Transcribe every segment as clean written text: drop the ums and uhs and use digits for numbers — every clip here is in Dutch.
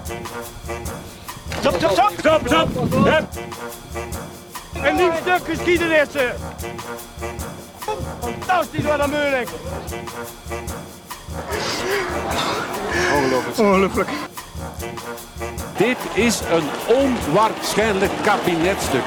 Stop. Hup. En niet stuk geschiedenis. Fantastisch wat dat moeilijk. Ongelooflijk. Dit is een onwaarschijnlijk kabinetstuk.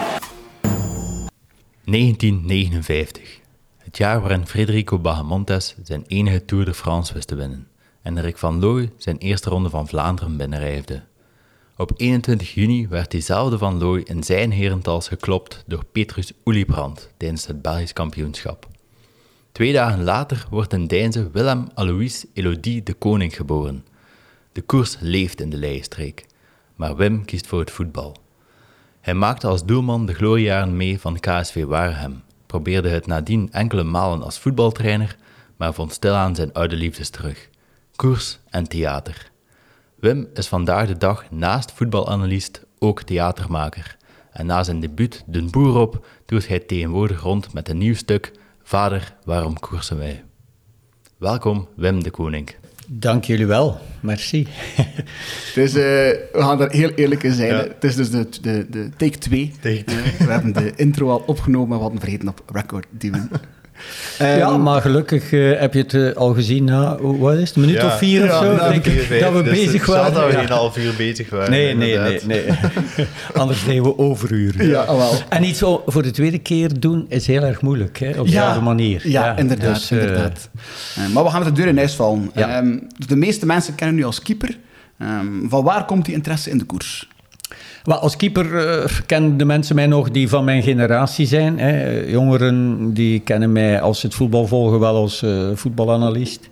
1959. Het jaar waarin Federico Bahamontes zijn enige Tour de France wist te winnen en Rick van Looy zijn eerste ronde van Vlaanderen binnenrijfde. Op 21 juni werd diezelfde Van Looy in zijn herentals geklopt door Petrus Oelibrandt tijdens het Belgisch kampioenschap. 2 dagen later wordt een Deinze Willem Alois Elodie de Koning geboren. De koers leeft in de Leijenstreek, maar Wim kiest voor het voetbal. Hij maakte als doelman de gloriejaren mee van KSV Waregem, probeerde het nadien enkele malen als voetbaltrainer, maar vond stilaan zijn oude liefdes terug: koers en theater. Wim is vandaag de dag naast voetbalanalist ook theatermaker. En na zijn debuut Den Boer op toert hij tegenwoordig rond met een nieuw stuk Vader, waarom koersen wij? Welkom Wim de Koning. Dank jullie wel, merci. Dus we gaan daar heel eerlijk in zijn. Ja. Het is dus de take 2. We hebben de intro al opgenomen, maar we hadden vergeten op record duwen. Ja, maar gelukkig heb je het al gezien na, wat is het, een minuut of 4 of zo, denk ik, dat we bezig waren. Dat we geen half uur bezig waren. Nee. Anders deden we overuren. Ja, wel. En iets voor de tweede keer doen is heel erg moeilijk, hè, op dezelfde manier. Ja, inderdaad. Dus, inderdaad. Maar we gaan met de deur in huis vallen. Ja. De meeste mensen kennen u als keeper. Van waar komt die interesse in de koers? Wel, als keeper kennen de mensen mij nog die van mijn generatie zijn. Hè. Jongeren die kennen mij als ze het voetbal volgen wel als voetbalanalist.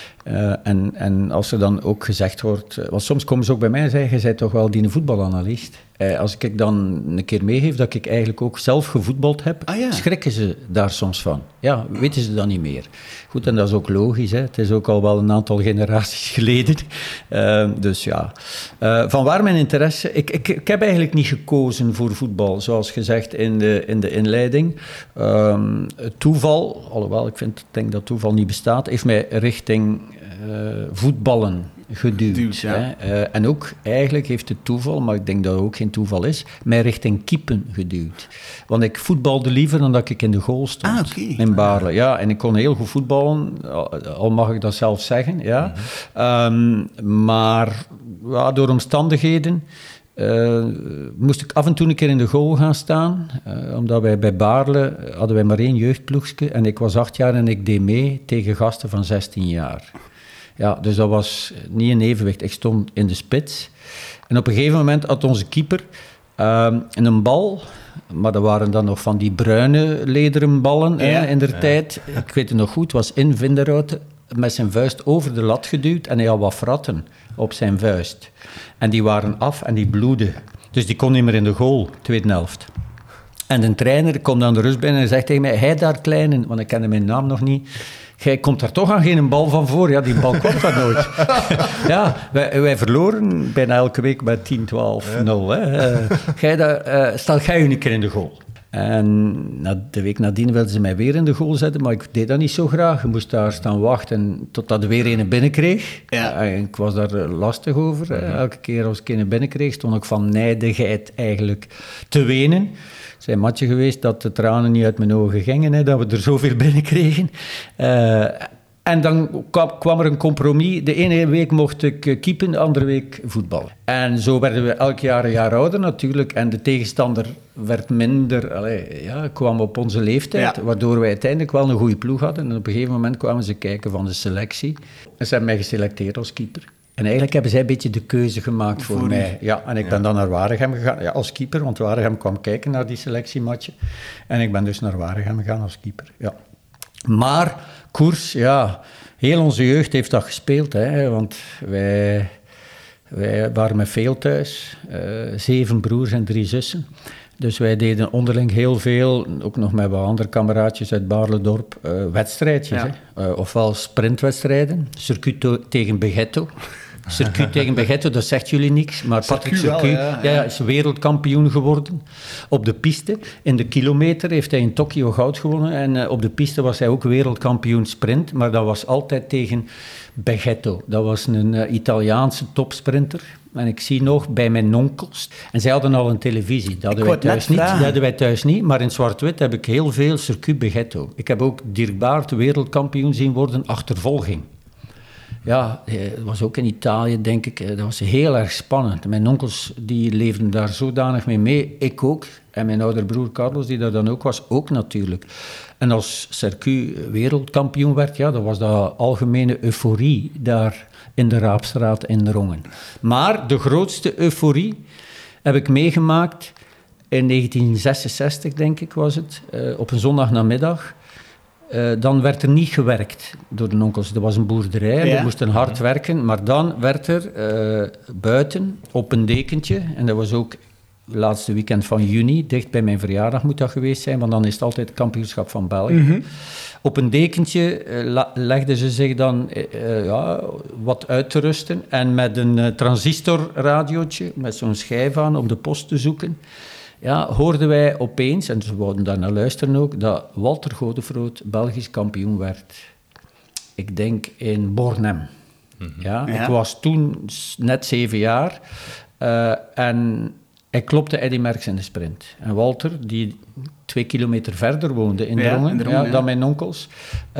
En als er dan ook gezegd wordt... Want soms komen ze ook bij mij en zeggen, je bent toch wel die voetbalanalist. Als ik dan een keer meegeef dat ik eigenlijk ook zelf gevoetbald heb, schrikken ze daar soms van. Ja, weten ze dan niet meer. Goed, en dat is ook logisch. Hè. Het is ook al wel een aantal generaties geleden. Dus ja. Vanwaar mijn interesse? Ik heb eigenlijk niet gekozen voor voetbal, zoals gezegd in de inleiding. Toeval, alhoewel ik denk dat toeval niet bestaat, heeft mij richting voetballen geduwd. En ook eigenlijk heeft het toeval, maar ik denk dat het ook geen toeval is, mij richting keepen geduwd. Want ik voetbalde liever dan dat ik in de goal stond in Baarle. Ja, en ik kon heel goed voetballen, al mag ik dat zelf zeggen. Ja. Maar door omstandigheden moest ik af en toe een keer in de goal gaan staan, omdat wij bij Baarle hadden wij maar 1 jeugdploegje en ik was 8 jaar en ik deed mee tegen gasten van 16 jaar. Ja, dus dat was niet in evenwicht. Ik stond in de spits. En op een gegeven moment had onze keeper een bal, maar dat waren dan nog van die bruine lederen ballen in der tijd. Ik weet het nog goed, was in Vinderhout met zijn vuist over de lat geduwd en hij had wat fratten op zijn vuist. En die waren af en die bloedden. Dus die kon niet meer in de goal, tweede helft. En de trainer komt aan de rust binnen en zegt tegen mij, hij daar kleine, want ik kende mijn naam nog niet, jij komt daar toch aan geen bal van voor. Ja, die bal kwam daar nooit. Ja, wij verloren bijna elke week bij 10-12-0. Stel jij een keer in de goal. En de week nadien wilden ze mij weer in de goal zetten, maar ik deed dat niet zo graag. Je moest daar staan wachten totdat er weer een binnenkreeg. Ja. En ik was daar lastig over. Elke keer als ik een binnenkreeg, stond ik van nijdigheid eigenlijk te wenen. Het is een matje geweest dat de tranen niet uit mijn ogen gingen, dat we er zoveel binnenkregen. En dan kwam er een compromis. De ene week mocht ik keepen, de andere week voetballen. En zo werden we elk jaar een jaar ouder natuurlijk. En de tegenstander werd minder, kwam op onze leeftijd. Waardoor wij uiteindelijk wel een goede ploeg hadden. En op een gegeven moment kwamen ze kijken van de selectie. En ze hebben mij geselecteerd als keeper. En eigenlijk hebben zij een beetje de keuze gemaakt voor mij. Ja, en ik ben dan naar Waregem gegaan, als keeper. Want Waregem kwam kijken naar die selectiematje. En ik ben dus naar Waregem gegaan als keeper, ja. Maar koers, heel onze jeugd heeft dat gespeeld. Hè, want wij waren met veel thuis. 7 broers en 3 zussen. Dus wij deden onderling heel veel, ook nog met wat andere kameraadjes uit Baarle-dorp, wedstrijdjes. Ofwel sprintwedstrijden, circuit tegen Beghetto. Circuit tegen Beghetto, dat zegt jullie niks, maar Patrick Circuit wel, Circuit ja. is wereldkampioen geworden op de piste. In de kilometer heeft hij in Tokio goud gewonnen en op de piste was hij ook wereldkampioen sprint, maar dat was altijd tegen Beghetto. Dat was een Italiaanse topsprinter. En ik zie nog bij mijn onkels, en zij hadden al een televisie, dat hadden wij thuis niet, maar in zwart-wit heb ik heel veel Circuit Beghetto. Ik heb ook Dirk Baert wereldkampioen zien worden, achtervolging. Ja, dat was ook in Italië, denk ik. Dat was heel erg spannend. Mijn onkels die leefden daar zodanig mee, ik ook. En mijn oudere broer Carlos, die daar dan ook was, ook natuurlijk. En als Circuit wereldkampioen werd, ja, dat was de algemene euforie daar in de Raapstraat in Rongen. Maar de grootste euforie heb ik meegemaakt in 1966, denk ik, was het, op een zondagnamiddag. Dan werd er niet gewerkt door de onkels. Er was een boerderij en we moesten hard werken. Maar dan werd er buiten op een dekentje, en dat was ook het laatste weekend van juni, dicht bij mijn verjaardag moet dat geweest zijn, want dan is het altijd het kampioenschap van België. Mm-hmm. Op een dekentje legden ze zich dan wat uit te rusten en met een transistorradiootje, met zo'n schijf aan om de post te zoeken, ja, hoorden wij opeens, en ze wouden daar naar luisteren ook, dat Walter Godefroot Belgisch kampioen werd. Ik denk in Bornem. Mm-hmm. Ja, ik was toen net 7 jaar en hij klopte Eddy Merckx in de sprint. En Walter, die 2 kilometer verder woonde in Drongen, dan mijn onkels.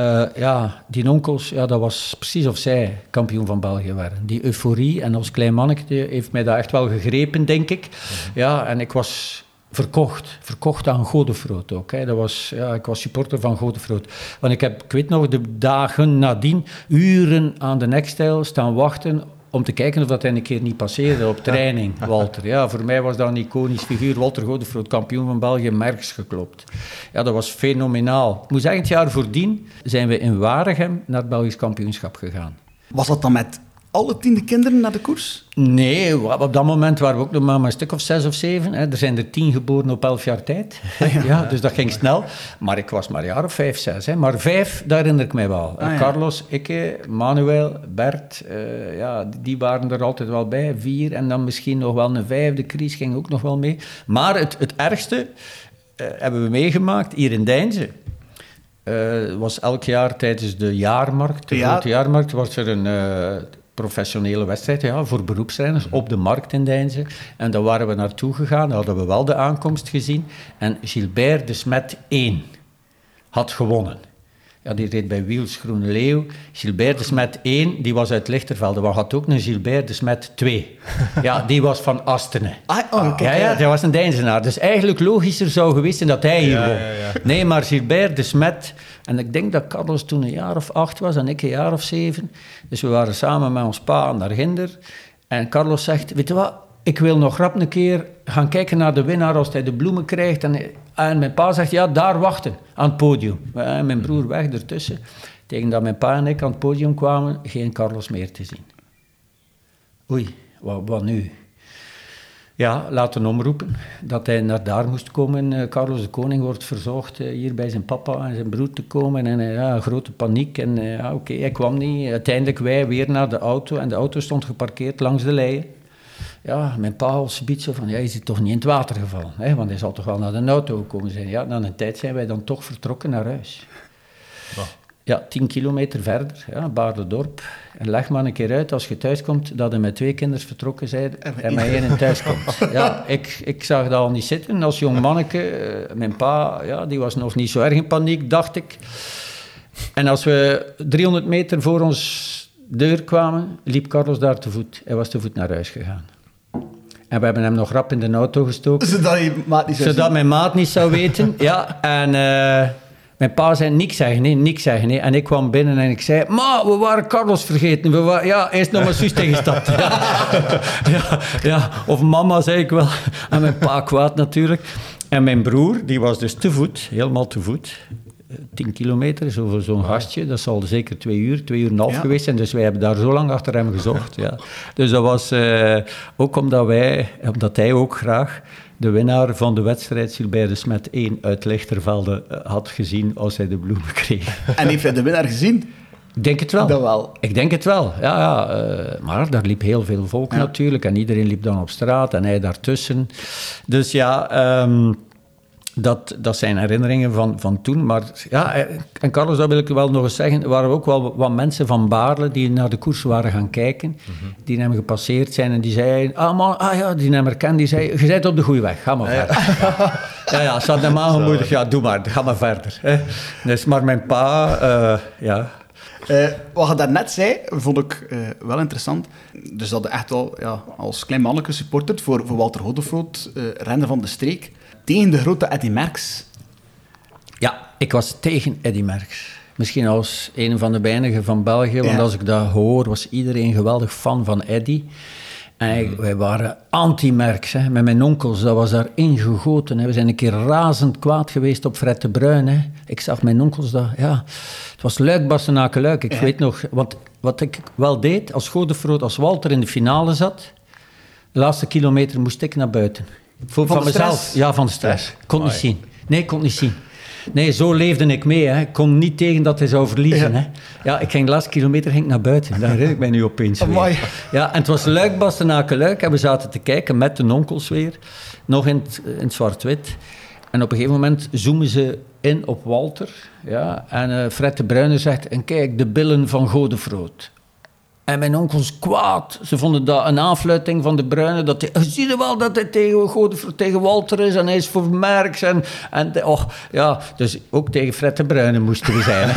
Die onkels, dat was precies of zij kampioen van België waren. Die euforie, en als klein mannetje heeft mij dat echt wel gegrepen, denk ik. Ja, en ik was verkocht aan Godefroot ook. Hè. Ik was supporter van Godefroot. Want ik weet nog, de dagen nadien, uren aan de Nextijl staan wachten om te kijken of dat hij een keer niet passeerde op training, Walter. Ja, voor mij was dat een iconisch figuur. Walter Godefroot, kampioen van België, Merckx geklopt. Ja, dat was fenomenaal. Ik moet zeggen, het jaar voordien zijn we in Waregem naar het Belgisch kampioenschap gegaan. Was dat dan met alle 10 kinderen naar de koers? Nee, op dat moment waren we ook nog maar een stuk of 6 of 7. Hè. Er zijn er 10 geboren op 11 jaar tijd. Ja, dus dat ging snel. Maar ik was maar een jaar of 5, 6. Hè. Maar 5, daar herinner ik mij wel. Carlos, ik, Manuel, Bert, die waren er altijd wel bij. 4 en dan misschien nog wel een 5e. Chris ging ook nog wel mee. Maar het ergste hebben we meegemaakt hier in Deinze. Was elk jaar tijdens de jaarmarkt, de grote jaarmarkt, was er een professionele wedstrijd voor beroepsrenners op de markt in Deinze. En daar waren we naartoe gegaan, daar hadden we wel de aankomst gezien. En Gilbert de Smet 1 had gewonnen. Ja, die reed bij Wiels Groene Leeuw. Gilbert de Smet 1, die was uit Lichtervelde. Maar had ook een Gilbert de Smet 2. Ja, die was van Astene. Dat was een Deinzenaar. Dus eigenlijk logischer zou geweest zijn dat hij hier won. Ja. Nee, maar Gilbert de Smet... En ik denk dat Carlos toen een jaar of 8 was en ik een jaar of 7. Dus we waren samen met ons pa naar Ginder. En Carlos zegt, weet je wat, ik wil nog rap een keer gaan kijken naar de winnaar als hij de bloemen krijgt. En mijn pa zegt, ja, daar wachten, aan het podium. En mijn broer weg ertussen. Tegen dat mijn pa en ik aan het podium kwamen, geen Carlos meer te zien. Oei, wat nu? Ja, laten omroepen dat hij naar daar moest komen. Carlos de Koning wordt verzocht hier bij zijn papa en zijn broer te komen. En grote paniek. En hij kwam niet. Uiteindelijk wij weer naar de auto. En de auto stond geparkeerd langs de leien. Ja, mijn pa was zoiets zo van, je zit toch niet in het water gevallen. Hè? Want hij zal toch wel naar de auto gekomen zijn. Ja, na een tijd zijn wij dan toch vertrokken naar huis. Oh. Ja, 10 kilometer verder, Baardendorp. En leg maar een keer uit, als je thuis komt, dat hij met 2 kinderen vertrokken zijn en met 1 thuis komt. Ja, ik zag dat al niet zitten. Als jong manneke, mijn pa, die was nog niet zo erg in paniek, dacht ik. En als we 300 meter voor ons deur kwamen, liep Carlos daar te voet. Hij was te voet naar huis gegaan. En we hebben hem nog rap in de auto gestoken. Zodat mijn maat niet zou weten. Ja, en... Mijn pa zei, niks zeggen, nee. En ik kwam binnen en ik zei, ma, we waren Carlos vergeten. Hij is nog maar zus tegengestapt. Of mama, zei ik wel. En mijn pa kwaad natuurlijk. En mijn broer, die was dus te voet, helemaal te voet. 10 kilometer, zo'n gastje. Dat zal zeker 2 uur, 2 uur en een half geweest zijn. Dus wij hebben daar zo lang achter hem gezocht. Ja. Dus dat was ook omdat hij ook graag de winnaar van de wedstrijd, Gilbert de Smet 1 uit Lichtervelde, had gezien als hij de bloemen kreeg. En heeft hij de winnaar gezien? Ik denk het wel. Dat wel. Ik denk het wel, ja. Maar daar liep heel veel volk natuurlijk. En iedereen liep dan op straat en hij daartussen. Dus ja, dat zijn herinneringen van toen. Maar ja, en Carlos, dat wil ik wel nog eens zeggen. Er waren ook wel wat mensen van Baarle die naar de koers waren gaan kijken. Die hem gepasseerd zijn en die zeiden... die hem herkende. Die zei, je bent op de goede weg, ga maar verder. Ja, ze had hem aangemoedigd. Ja, doe maar, ga maar verder. Hè. Dus, maar mijn pa, wat je daarnet zei, vond ik wel interessant. Dus dat je echt al als klein mannelijke supporter voor Walter Godefroot, renner van de streek, tegen de grote Eddy Merckx. Ja, ik was tegen Eddy Merckx. Misschien als een van de weinigen van België, want als ik dat hoor, was iedereen geweldig fan van Eddy. En wij waren anti-Merckx, met mijn onkels, dat was daar ingegoten. Hè. We zijn een keer razend kwaad geweest op Fred de Bruin. Hè. Ik zag mijn onkels daar, het was Luik, Bastenaken, Luik. Ik weet nog, wat ik wel deed, als Godefroot, als Walter in de finale zat, de laatste kilometer moest ik naar buiten. Van mezelf? Stress? Ja, van de stress. Kon niet zien. Nee, ik kon niet zien. Nee, zo leefde ik mee. Hè. Ik kon niet tegen dat hij zou verliezen. Hè. Ja, ik ging de laatste kilometer naar buiten. Daar herinner ik mij nu opeens weer. Ja, en het was Luik, Bastenaken, Luik. En we zaten te kijken met de onkels weer. Nog in het zwart-wit. En op een gegeven moment zoomen ze in op Walter. Ja, en Fred de Bruyne zegt... En kijk, de billen van Godefroot. En mijn onkels kwaad. Ze vonden dat een aanfluiting van de Bruyne. Dat hij, zie je wel dat hij tegen Walter is en hij is voor Merckx. Dus ook tegen Fred de Bruyne moesten we zijn.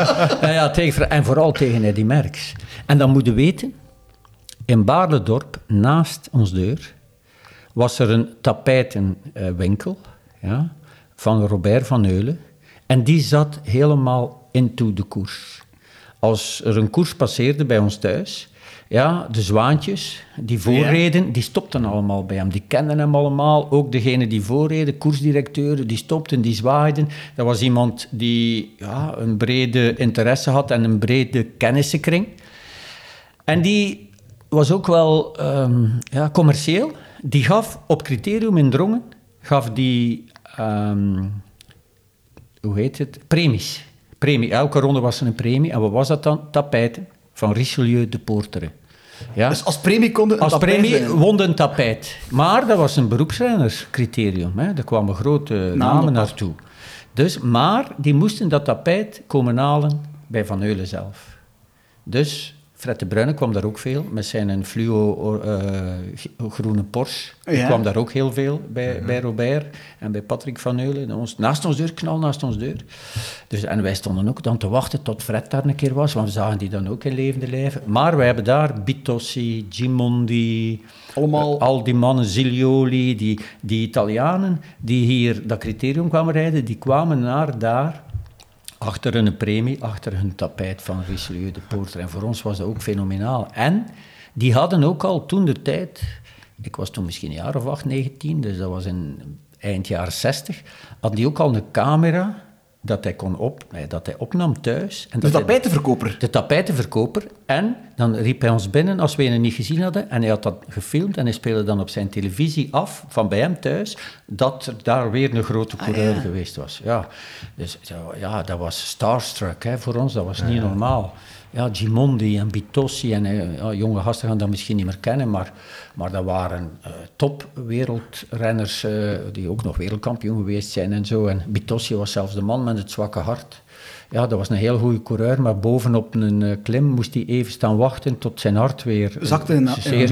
En vooral tegen Eddy Merckx. En dan moet je weten, in Baarledorp, naast ons deur, was er een tapijtenwinkel van Robert van Eulen. En die zat helemaal into de koers. Als er een koers passeerde bij ons thuis, de zwaantjes die voorreden, die stopten allemaal bij hem. Die kenden hem allemaal, ook degene die voorreden, koersdirecteuren, die stopten, die zwaaiden. Dat was iemand die een brede interesse had en een brede kennissenkring. En die was ook wel commercieel. Die gaf op Criterium in Drongen, premies. Elke ronde was er een premie. En wat was dat dan? Tapijten van Richelieu de Poortere. Ja? Dus als premie konden als premie won een tapijt. Maar dat was een beroepsrennerscriterium. Hè? Daar kwamen grote namen naartoe. Dus, maar die moesten dat tapijt komen halen bij Van Eulen zelf. Dus Fred de Bruyne kwam daar ook veel, met zijn fluo groene Porsche. Die kwam daar ook heel veel bij Robert en bij Patrick van Eulen. Naast ons deur, knal naast ons deur. Dus, en wij stonden ook dan te wachten tot Fred daar een keer was, want we zagen die dan ook in levende lijven. Maar wij hebben daar Bitossi, Gimondi, allemaal al die mannen, Zilioli, die Italianen die hier dat criterium kwamen rijden, die kwamen naar daar... achter een premie, achter hun tapijt van Richelieu de Poorter. En voor ons was dat ook fenomenaal. En die hadden ook al toen de tijd... Ik was toen misschien een jaar of 8, 19, dus dat was in eind jaren 60. Hadden die ook al een camera dat hij opnam thuis. En de tapijtenverkoper? De tapijtenverkoper. En dan riep hij ons binnen als we hem niet gezien hadden. En hij had dat gefilmd en hij speelde dan op zijn televisie af, van bij hem thuis, dat er daar weer een grote coureur geweest was. Ja. Dus dat was starstruck voor ons, dat was niet normaal. Ja, Gimondi en Bitossi en jonge gasten gaan dat misschien niet meer kennen, maar dat waren topwereldrenners die ook nog wereldkampioen geweest zijn en zo. En Bitossi was zelfs de man met het zwakke hart. Ja, dat was een heel goede coureur, maar bovenop een klim moest hij even staan wachten tot zijn hart weer... zakte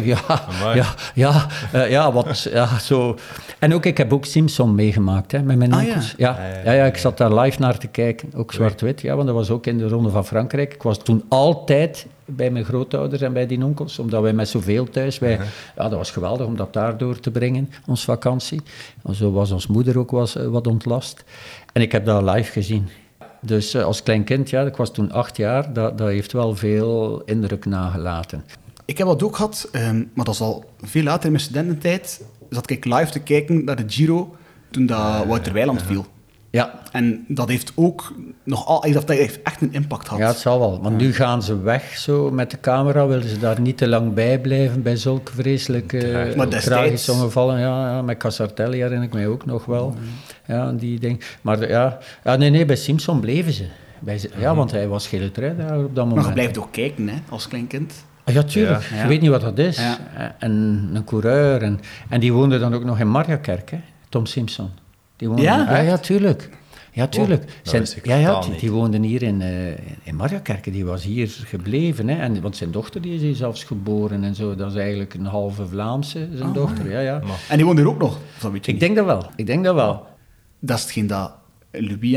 zo. En ook, ik heb ook Simpson meegemaakt, met mijn onkels. Ik zat daar live naar te kijken, ook zwart-wit, want dat was ook in de Ronde van Frankrijk. Ik was toen altijd bij mijn grootouders en bij die onkels, omdat wij met zoveel thuis... dat was geweldig om dat daar door te brengen, onze vakantie. En zo was ons moeder ook wat ontlast. En ik heb dat live gezien. Dus als klein kind, ik was toen 8 jaar, dat heeft wel veel indruk nagelaten. Ik heb dat ook gehad, maar dat is al veel later in mijn studententijd, zat ik live te kijken naar de Giro, toen dat Wouter Weiland viel. Ja. En dat heeft ook dat heeft echt een impact gehad. Ja, het zal wel. Want nu gaan ze weg zo met de camera, willen ze daar niet te lang bij blijven bij zulke vreselijke tragische ongevallen. Ja, met Casartelli herinner ik mij ook nog wel. Ja, die ding. Maar bij Simpson bleven ze. Ja, want hij was gele truidrager op dat moment. Maar je blijft ook kijken, hè, als klein kind. Ja, tuurlijk. Ja. Je weet niet wat dat is. Ja. En een coureur. En die woonde dan ook nog in Mariakerk, hè? Tom Simpson. Die woonde, Ja? Ja, tuurlijk. Ja, tuurlijk. wist ik totaal niet. Die woonde hier in Mariakerk. Die was hier gebleven. Hè? Want zijn dochter die is hier zelfs geboren en zo. Dat is eigenlijk een halve Vlaamse, zijn dochter. Ja. En die woont hier ook nog, of dat weet je Ik niet? denk dat wel. Dat is hetgeen dat Louis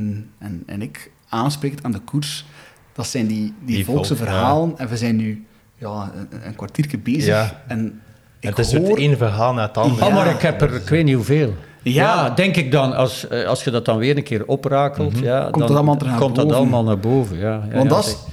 en ik aanspreekt aan de koers. Dat zijn die volkse volk, verhalen. En we zijn nu een kwartiertje bezig. Ja. En ik Het is hoor... het ene verhaal na het andere. Oh, maar ik heb er, ik weet niet hoeveel. Ja. Denk ik dan, als je dat dan weer een keer oprakelt, Komt dan dat allemaal terug naar komt dat boven. allemaal naar boven. Ja, Want dat is...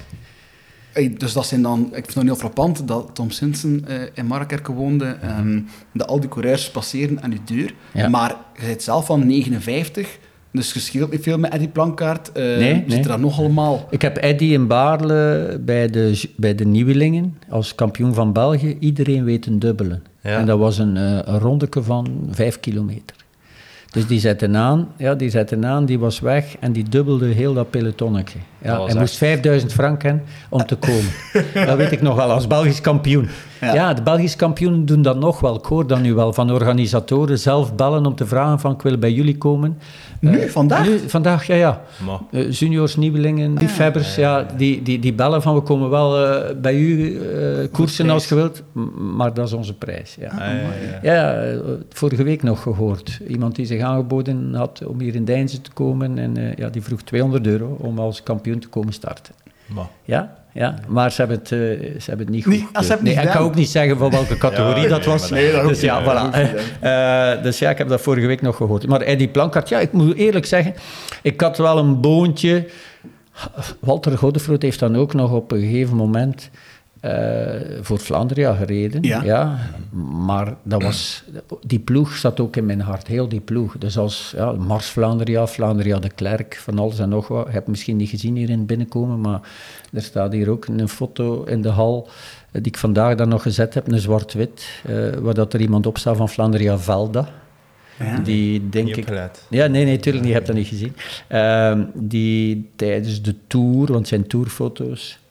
Dus dat zijn dan... Ik vind het heel frappant dat Tom Simpson in Mariakerk woonde. Dat al die coureurs passeren aan uw deur. Ja. Maar je bent zelf van 59... Dus je scheelt niet veel met Eddie Plankaart. Nee. Zit er dan nog allemaal... Ik heb Eddy in Baarle bij de Nieuwelingen als kampioen van België. Iedereen weet een dubbele. Ja. En dat was een rondeke van 5 kilometer. Dus die zetten aan, die was weg en die dubbelde heel dat pelotonnetje. Dat Ja, was hij echt- moest 5000 franken om te komen. Dat weet ik nog wel, als Belgisch kampioen. Ja, de Belgisch kampioenen doen dat nog wel. Ik hoor dat nu wel van organisatoren zelf bellen om te vragen van ik wil bij jullie komen. Nu, vandaag? Nu, vandaag, ja. Maar- Juniors, nieuwelingen, liefhebbers, die bellen van we komen wel bij u koersen als je wilt, maar dat is onze prijs. Ja, vorige week nog gehoord. Iemand die zich aangeboden had om hier in Deinzen te komen en die vroeg €200 om als kampioen te komen starten. Maar- Ja, maar ze hebben het niet goed Nee, ze hebben het niet ik kan gedaan. ook niet zeggen van welke categorie Ja, dat nee, was. maar dat- Nee, dat dus hoeft ja, niet, dat voilà. hoeft Dus ja, ik heb dat vorige week nog gehoord. Maar Eddie Plankaart, ja, ik moet eerlijk zeggen, ik had wel een boontje. Walter Godefroot heeft dan ook nog op een gegeven moment voor Vlaanderen gereden. Ja. Maar die ploeg zat ook in mijn hart, heel die ploeg. Dus als Mars Vlaanderen de Klerk, van alles en nog wat. Je hebt het misschien niet gezien hier in het binnenkomen, maar er staat hier ook een foto in de hal die ik vandaag dan nog gezet heb, een zwart-wit, waar dat er iemand op staat van Vlaanderen Velda. Ja. Die denk Niet ik... opgelet. Ja, nee, tuurlijk niet. Je hebt dat niet gezien. Die tijdens de tour, want het zijn tourfoto's,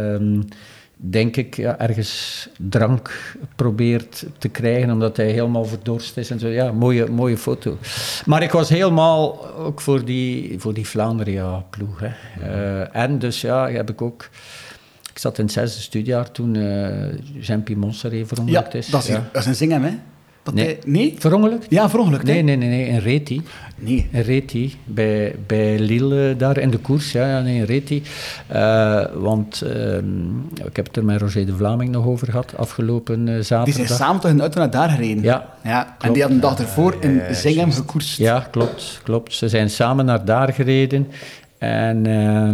denk ik ergens drank probeert te krijgen, omdat hij helemaal verdorst is en zo. Ja, mooie foto. Maar ik was helemaal ook voor die Vlaanderen-ploeg. En dus heb ik ook... Ik zat in het 6e studiejaar toen Jean-Pierre Montserrat verongelukt is. dat is een zingem, hè? Nee? Verongelukt? Ja, verongelukt, hè? Nee, in Reti. Nee. In Reti, bij Lille, daar in de koers. In Reti. Want ik heb het er met Roger de Vlaming nog over gehad, afgelopen Die zaterdag. zijn samen toch in de auto naar daar gereden? Ja, En klopt. die hadden de dag ervoor in Zinghem gekoerst. Ja, klopt. Ze zijn samen naar daar gereden. En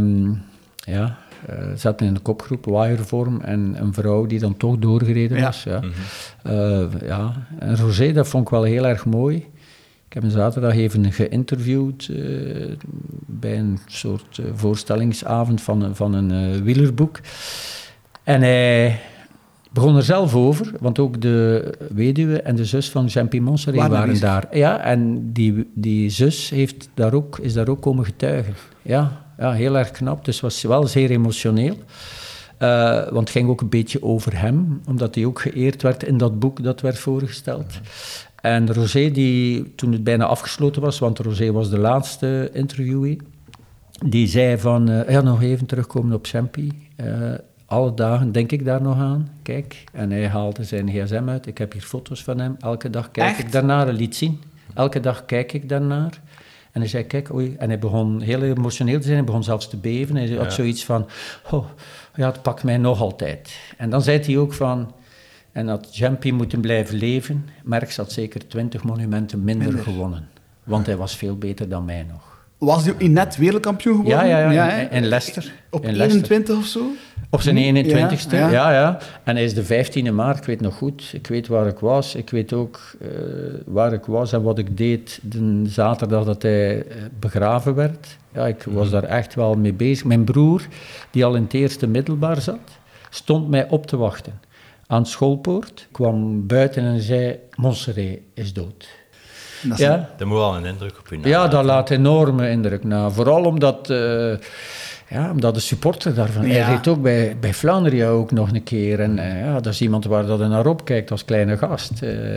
zaten in een kopgroep, Wirevorm, en een vrouw die dan toch doorgereden was. Ja. En Roger, dat vond ik wel heel erg mooi. Ik heb hem zaterdag even geïnterviewd bij een soort voorstellingsavond van een wielerboek. En hij begon er zelf over, want ook de weduwe en de zus van Jean-Pierre Montserrat waren daar. Ja, en die zus is daar ook komen getuigen. Ja, heel erg knap. Dus het was wel zeer emotioneel. Want het ging ook een beetje over hem, omdat hij ook geëerd werd in dat boek dat werd voorgesteld. En Roger, toen het bijna afgesloten was, want Roger was de laatste interviewee, die zei van, nog even terugkomen op Champy. Alle dagen denk ik daar nog aan, kijk. En hij haalde zijn gsm uit, ik heb hier foto's van hem. Elke dag kijk ik daarnaar, hij liet zien. Elke dag kijk ik daarnaar. En hij zei, kijk, oei. En hij begon heel emotioneel te zijn, hij begon zelfs te beven. Hij had zoiets van, het pakt mij nog altijd. En dan zei hij ook van, en had Champy moeten blijven leven, Merckx had zeker 20 monumenten minder gewonnen. Want hij was veel beter dan mij nog. Was hij ook niet net wereldkampioen geworden? Ja, in Leicester. Op in 21 of zo? Op zijn 21ste, Ja. En hij is de 15e maart, ik weet nog goed. Ik weet waar ik was. Ik weet ook waar ik was en wat ik deed de zaterdag dat hij begraven werd. Ja, ik was daar echt wel mee bezig. Mijn broer, die al in het eerste middelbaar zat, stond mij op te wachten. Aan het schoolpoort, kwam buiten en zei, Montserrat is dood. Dat is Ja. Dat moet wel een indruk op je Ja, nalaten. dat laat enorme indruk na. Vooral omdat, omdat de supporter daarvan... Ja. Hij reed ook bij Flandria ook nog een keer. En dat is iemand waar dat hij naar opkijkt als kleine gast.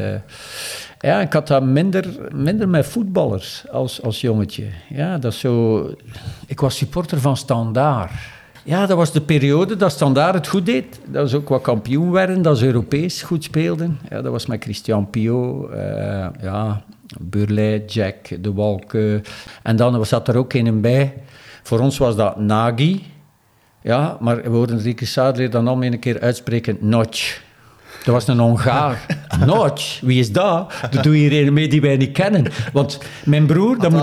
Ik had dat minder met voetballers als jongetje. Ja, dat is zo... Ik was supporter van Standaard. Ja, dat was de periode dat Standaard het goed deed. Dat was ook wat kampioen werden, dat ze Europees goed speelden. Ja, dat was met Christian Piot, Burley, Jack, De Walke. En dan zat er ook een bij. Voor ons was dat Nagy. Ja, maar we hoorden Rieke Sadler dan al een keer uitspreken, Notch. Dat was een Hongaar. Notch, wie is dat? Dat doe je hier mee die wij niet kennen. Want mijn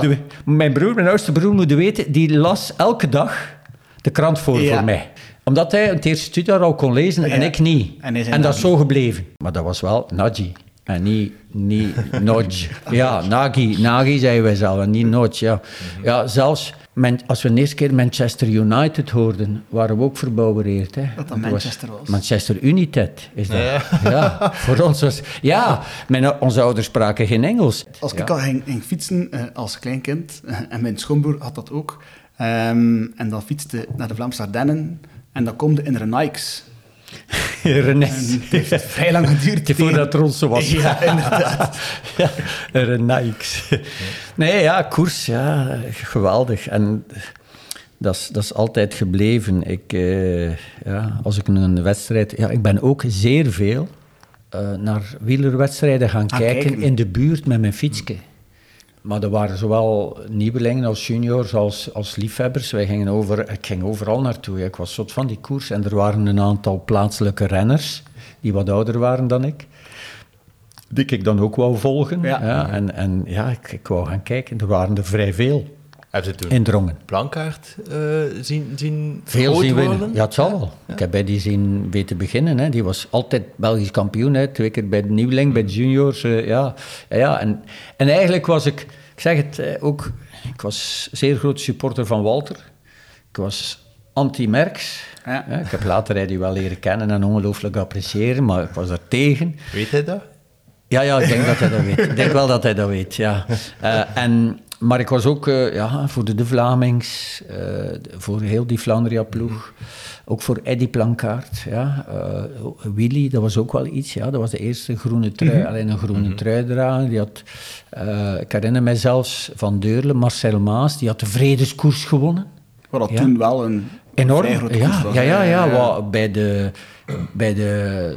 oudste broer, moet weten, die las elke dag de krant voor mij. Omdat hij het eerste studiejaar al kon lezen en ik niet. En dat is zo gebleven. Maar dat was wel Nagy. En niet Nodge. Ja, Nagy zeiden wij zelf, en niet Nodge. Ja. Ja, zelfs als we de eerste keer Manchester United hoorden, waren we ook verbouwereerd. Hè. Dat Manchester was. Manchester United is dat. Ja. Ja, voor ons was... Ja, onze ouders spraken geen Engels. Als ik al ging fietsen als kleinkind, en mijn schoonbroer had dat ook, en dan fietste naar de Vlaamse Ardennen, en dan komde in Rennikes. Rennes. En het heeft vrij lang geduurd. Voordat het rond zo was. Ja, inderdaad. Ja, Rennikes. Nee, ja, koers, ja, geweldig. En dat is altijd gebleven. Als ik een wedstrijd... Ja, ik ben ook zeer veel naar wielerwedstrijden gaan kijken in de buurt met mijn fietsje. Maar er waren zowel nieuwelingen als juniors als liefhebbers. Ik ging overal naartoe. Ik was zot van die koers. En er waren een aantal plaatselijke renners die wat ouder waren dan ik. Die ik dan ook wou volgen. Ja. Ik wou gaan kijken. Er waren er vrij veel Heb je toen in Drongen. Plankaart zien Veel groot zien worden? winnen. Ja, het zal wel. Ja. Ik heb bij die zien weten beginnen. Hè. Die was altijd Belgisch kampioen. Hè. 2 keer bij de nieuweling, bij de juniors. En eigenlijk was ik zeg het ook, ik was zeer groot supporter van Walter. Ik was anti-Merckx. Ja. Ik heb later die wel leren kennen en ongelooflijk appreciëren, maar ik was daar tegen. Weet hij dat? Ja, ik denk dat hij dat weet. Ik denk wel dat hij dat weet, ja. Maar ik was ook voor de Vlamings, voor heel die Flandria-ploeg. Ook voor Eddy Plankaart, ja. Willy, dat was ook wel iets, ja. Dat was de eerste groene trui, alleen een groene trui dragen. Die had, ik herinner mij zelfs van Deurle, Marcel Maas, die had de Vredeskoers gewonnen. Wat dat toen wel een enorm vrij grote koers was. Wat bij de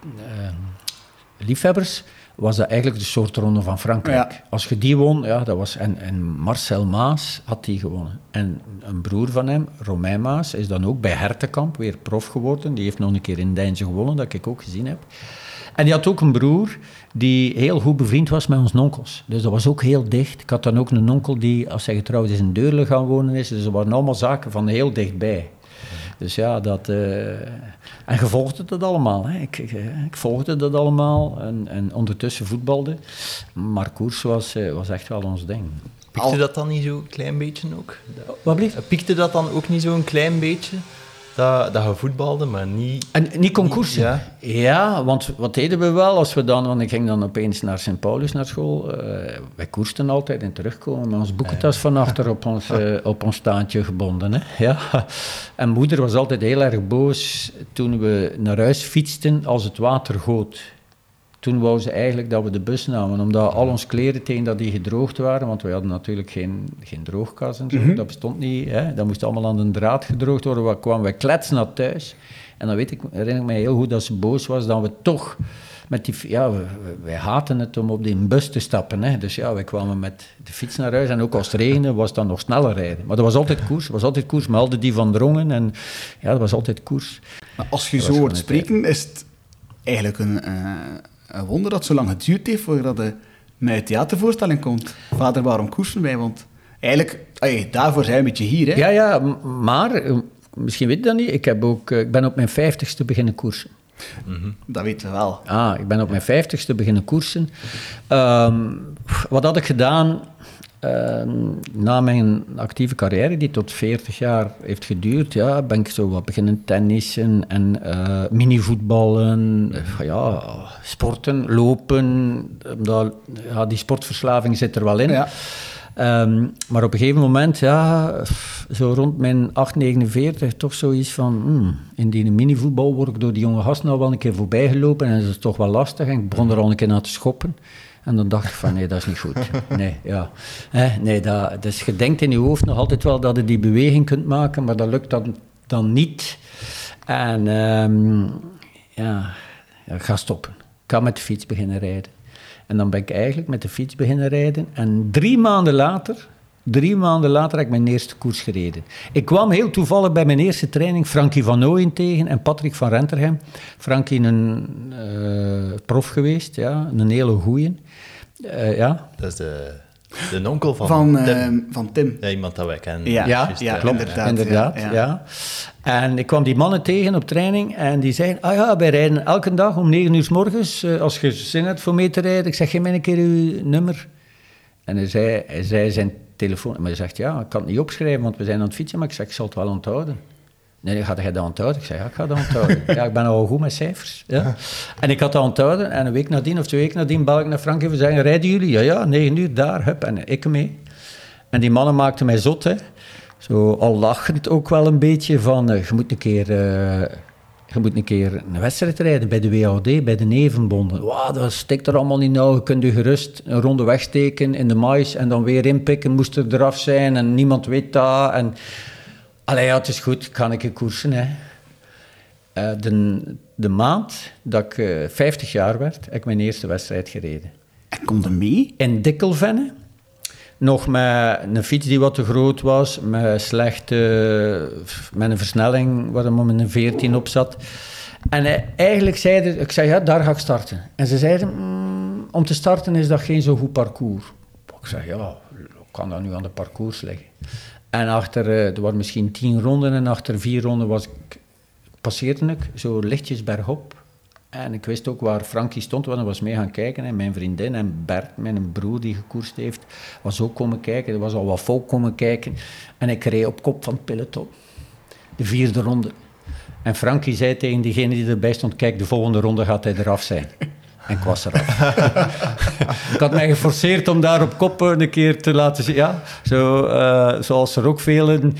liefhebbers was dat eigenlijk de soort ronde van Frankrijk. Ja. Als je die won, ja, dat was... En Marcel Maas had die gewonnen. En een broer van hem, Romain Maas, is dan ook bij Hertekamp weer prof geworden. Die heeft nog een keer in Deinze gewonnen, dat ik ook gezien heb. En die had ook een broer die heel goed bevriend was met ons onkels. Dus dat was ook heel dicht. Ik had dan ook een onkel die, als hij getrouwd is, in Deurle gaan wonen is. Dus dat waren allemaal zaken van heel dichtbij. Dus ja, dat... En je volgde dat allemaal. Hè. Ik volgde dat allemaal en ondertussen voetbalde. Maar koers was echt wel ons ding. Piekte dat dan niet zo'n klein beetje ook? Wat blieft? Piekte dat dan ook niet zo'n klein beetje? Dat je voetbalde, maar niet... En niet concoursen? Ja. Ja, want wat deden we wel als we dan... Want ik ging dan opeens naar Sint Paulus naar school. Wij koersten altijd en terugkomen met ons boekentas van achter op ons staantje gebonden. Hè? Ja. En moeder was altijd heel erg boos toen we naar huis fietsten als het water goot. Toen wou ze eigenlijk dat we de bus namen, omdat al onze kleren tegen dat die gedroogd waren, want we hadden natuurlijk geen droogkas en zo, dat bestond niet. Hè. Dat moest allemaal aan de draad gedroogd worden. We kwamen wij kletsen naar thuis. En dan herinner ik mij heel goed dat ze boos was, dat we toch met die... Ja, wij haten het om op die bus te stappen. Hè. Dus ja, wij kwamen met de fiets naar huis en ook als het regende was het dan nog sneller rijden. Maar dat was altijd koers. We hadden die van Drongen en ja, dat was altijd koers. Maar als je zo hoort spreken, is het eigenlijk een wonder dat het zo lang geduurd heeft voordat je met een theatervoorstelling komt. Vader, waarom koersen wij? Want eigenlijk, daarvoor zijn we een beetje hier. Hè? Ja, maar misschien weet je dat niet. Ik ben op mijn 50ste beginnen koersen. Dat weten we wel. Ik ben op mijn 50ste beginnen koersen. Wat had ik gedaan na mijn actieve carrière, die tot 40 jaar heeft geduurd? Ja, ben ik zo wat beginnen tennissen en minivoetballen, sporten, lopen. Die sportverslaving zit er wel in. Ja. Maar op een gegeven moment, zo rond mijn 8,49, toch zoiets van... in die minivoetbal word ik door die jonge gasten al wel een keer voorbij gelopen en dat is toch wel lastig. En ik begon er al een keer naar te schoppen. En dan dacht ik van, nee, dat is niet goed. Dus je denkt in je hoofd nog altijd wel dat je die beweging kunt maken, maar dat lukt dan niet. En ik ga stoppen. Ik ga met de fiets beginnen rijden. En dan ben ik eigenlijk met de fiets beginnen rijden. En 3 maanden later heb ik mijn eerste koers gereden. Ik kwam heel toevallig bij mijn eerste training Frankie van Ooyen tegen en Patrick van Rentergem. Frankie een prof geweest, een hele goeie. Dat is de onkel Van Tim. Ja, iemand dat wij kennen. Ja, Klopt, inderdaad. Ja. En ik kwam die mannen tegen op training en die zeiden, wij rijden elke dag om 9 uur 's morgens, als je zin hebt voor mee te rijden. Ik zeg, geef mij een keer uw nummer. En hij zei zijn telefoon, maar hij zegt, ik kan het niet opschrijven, want we zijn aan het fietsen, maar ik zeg, ik zal het wel onthouden. Nee, ga jij dat onthouden? Ik zei, ik ga dat onthouden. Ik ben al goed met cijfers. Ja. En ik had dat onthouden en een week nadien of 2 weken nadien bel ik naar Frank en zeggen, rijden jullie? Ja, 9 uur daar, hup, en ik mee. En die mannen maakten mij zot, hè. Zo al lachend ook wel een beetje van, je moet een keer een wedstrijd rijden bij de WOD, bij de Nevenbonden. Dat stikt er allemaal niet nauw. Je kunt je gerust een ronde wegsteken in de mais en dan weer inpikken, moest er eraf zijn en niemand weet dat. En... het is goed, kan ik koersen. Hè. De maand dat ik 50 jaar werd, heb ik mijn eerste wedstrijd gereden. En kom er mee? In Dikkelvenne. Nog met een fiets die wat te groot was, met een versnelling waar er maar met een 14 op zat. En eigenlijk zeiden, ik zei, daar ga ik starten. En ze zeiden, om te starten is dat geen zo goed parcours. Ik zei, kan dat nu aan de parcours liggen? En er waren misschien 10 ronden en achter 4 ronden passeerde ik zo lichtjes bergop. En ik wist ook waar Frankie stond, want hij was mee gaan kijken. En mijn vriendin en Bert, mijn broer die gekoerst heeft, was ook komen kijken. Er was al wat volk komen kijken. En ik reed op kop van het peloton. De 4e ronde. En Frankie zei tegen diegene die erbij stond, kijk, de volgende ronde gaat hij eraf zijn. En ik was eraf. Ik had mij geforceerd om daar op kop een keer te laten zien. Ja, zoals er ook velen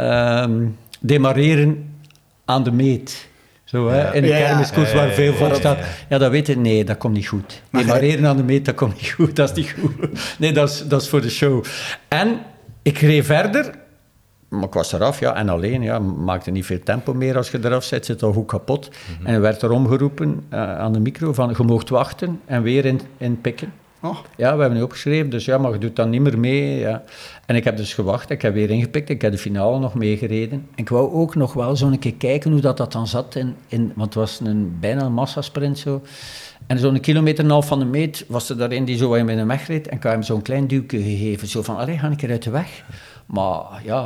demareren aan de meet. Zo, hè, in de kermiskoers waar veel volk staat. Ja, dat weet je. Nee, dat komt niet goed. Demareren aan de meet, dat komt niet goed. Dat is niet goed. Nee, dat is voor de show. En ik reed verder. Maar ik was eraf, en alleen, maakte niet veel tempo meer als je eraf zit, zit al goed kapot. Mm-hmm. En er werd er omgeroepen aan de micro van, je moogt wachten en weer in pikken. Oh. Ja, we hebben nu opgeschreven, dus maar je doet dan niet meer mee. Ja. En ik heb dus gewacht, ik heb weer ingepikt, ik heb de finale nog meegereden. En ik wou ook nog wel zo een keer kijken hoe dat dan zat, want het was bijna een massasprint zo. En zo'n 1,5 kilometer van de meet was er daarin die zo wat in mijn weg reed. En ik had hem zo'n klein duwtje gegeven, zo van, ga een keer uit de weg. Maar